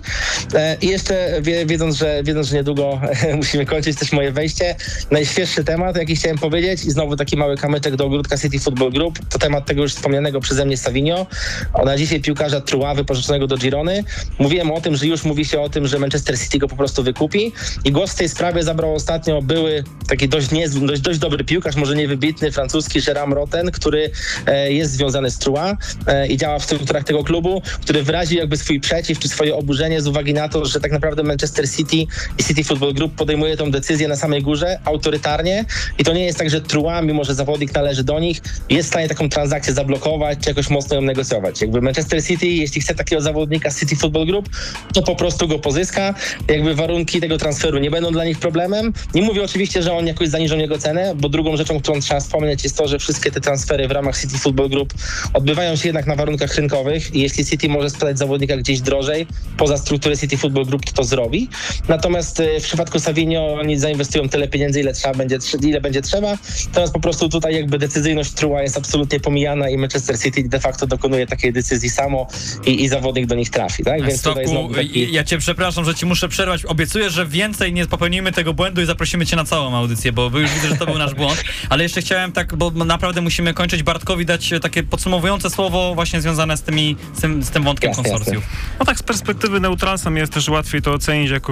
I jeszcze wiedząc, że niedługo musimy kończyć też moje wejście, najświeższy temat, jaki chciałem powiedzieć i znowu taki mały kamyczek do ogródka City Football Group, to temat tego już wspomnianego przeze mnie Savinho, na dzisiaj piłkarza Trua wypożyczonego do Girony. Mówiłem o tym, że już mówi się o tym, że Manchester City go po prostu wykupi i głos w tej sprawie zabrał ostatnio były taki dość dobry piłkarz, może niewybitny, francuski Jérôme Roten, który jest związany z Trua i działa w strukturach tego klubu, który wyraził jakby swój przeciw czy swoje oburzenie z uwagi na to, że tak naprawdę Manchester City i City Football Group podejmuje tą decyzję na samej górze, autorytarnie i to nie jest tak, że Trua, mimo że zawodnik należy do nich, jest w stanie taką transakcję zablokować czy jakoś mocno ją negocjować. Jakby Manchester City, jeśli chce takiego zawodnika z City Football Group, to po prostu go pozyska. Jakby warunki tego transferu nie będą dla nich problemem. Nie mówię oczywiście, że on jakoś zaniżą jego cenę, bo drugą rzeczą, którą trzeba wspomnieć jest to, że wszystkie te transfery w ramach City Football Group odbywają się jednak na warunkach rynkowych i jeśli City może sprzedać zawodnika gdzieś drożej, poza strukturę City Football Group, to zrobi. Natomiast w przypadku Savinho oni zainwestują tyle pieniędzy, ile będzie trzeba. Natomiast po prostu tutaj jakby decyzyjność Trua jest absolutnie pomijana i Manchester City de facto dokonuje takiej decyzji samo i zawodnik do nich trafi. Tak? Więc Stoku, tutaj znowu taki... ja cię przepraszam, że ci muszę przerwać. Obiecuję, że więcej nie popełnimy tego błędu i zaprosimy cię na całą audycję, bo już widzę, że to był nasz błąd. Ale jeszcze chciałem bo naprawdę musimy kończyć, Bartkowi dać takie podsumowujące słowo właśnie związane z tym wątkiem konsorcjów. No tak, z perspektywy neutralsa jest też łatwiej to ocenić jako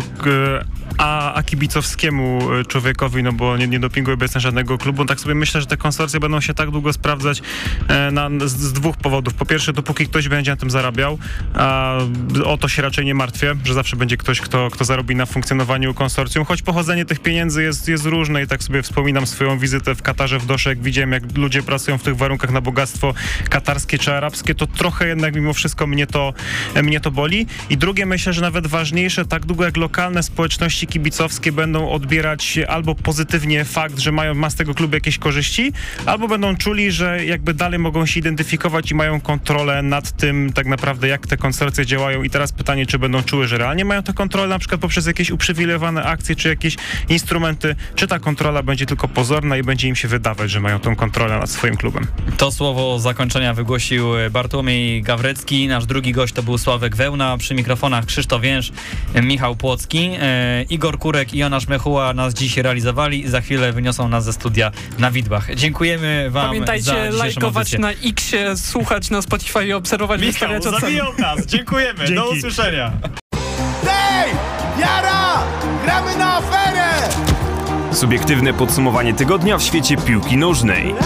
kibicowskiemu człowiekowi, no bo nie dopinguje obecnie żadnego klubu. Tak sobie myślę, że te konsorcje będą się tak długo sprawdzać z dwóch powodów. Po pierwsze, dopóki ktoś będzie na tym zarabiał, a o to się raczej nie martwię, że zawsze będzie ktoś, kto zarobi na funkcjonowaniu konsorcjum, choć pochodzenie tych pieniędzy jest różne i tak sobie wspominam swoją wizytę w Katarze w Dosze, jak widziałem, jak ludzie pracują w tych warunkach na bogactwo katarskie czy arabskie, to trochę jednak mimo wszystko mnie to boli. I drugie, myślę, że nawet ważniejsze, tak długo jak lokalne społeczności kibicowskie będą odbierać albo pozytywnie fakt, że ma z tego klubu jakieś korzyści, albo będą czuli, że jakby dalej mogą się identyfikować i mają kontrolę nad tym tak naprawdę, jak te konsorcje działają. I teraz pytanie, czy będą czuły, że realnie mają tę kontrolę, na przykład poprzez jakieś uprzywilejowane akcje, czy jakieś instrumenty, czy ta kontrola będzie tylko pozorna i będzie im się wydawać, że mają tą kontrolę nad swoim klubem. To słowo zakończenia wygłosił Bartłomiej Gawrecki. Nasz drugi gość to był Sławek Wełna. Przy mikrofonach Krzysztof Więż, Michał Płocki. Igor Kurek i Jonasz Mechuła nas dziś realizowali. Za chwilę wyniosą nas ze studia na widłach. Dziękujemy wam. Pamiętajcie lajkować audycję. na X-ie, słuchać na Spotify i obserwować, wystawiać oceny. Zabijał nas. Dziękujemy. Dzięki. Do usłyszenia. Hej! Jara! Gramy na aferę! Subiektywne podsumowanie tygodnia w świecie piłki nożnej.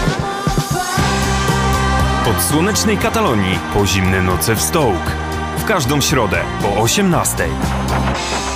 Od słonecznej Katalonii po zimne noce w Stoke. W każdą środę o 18:00.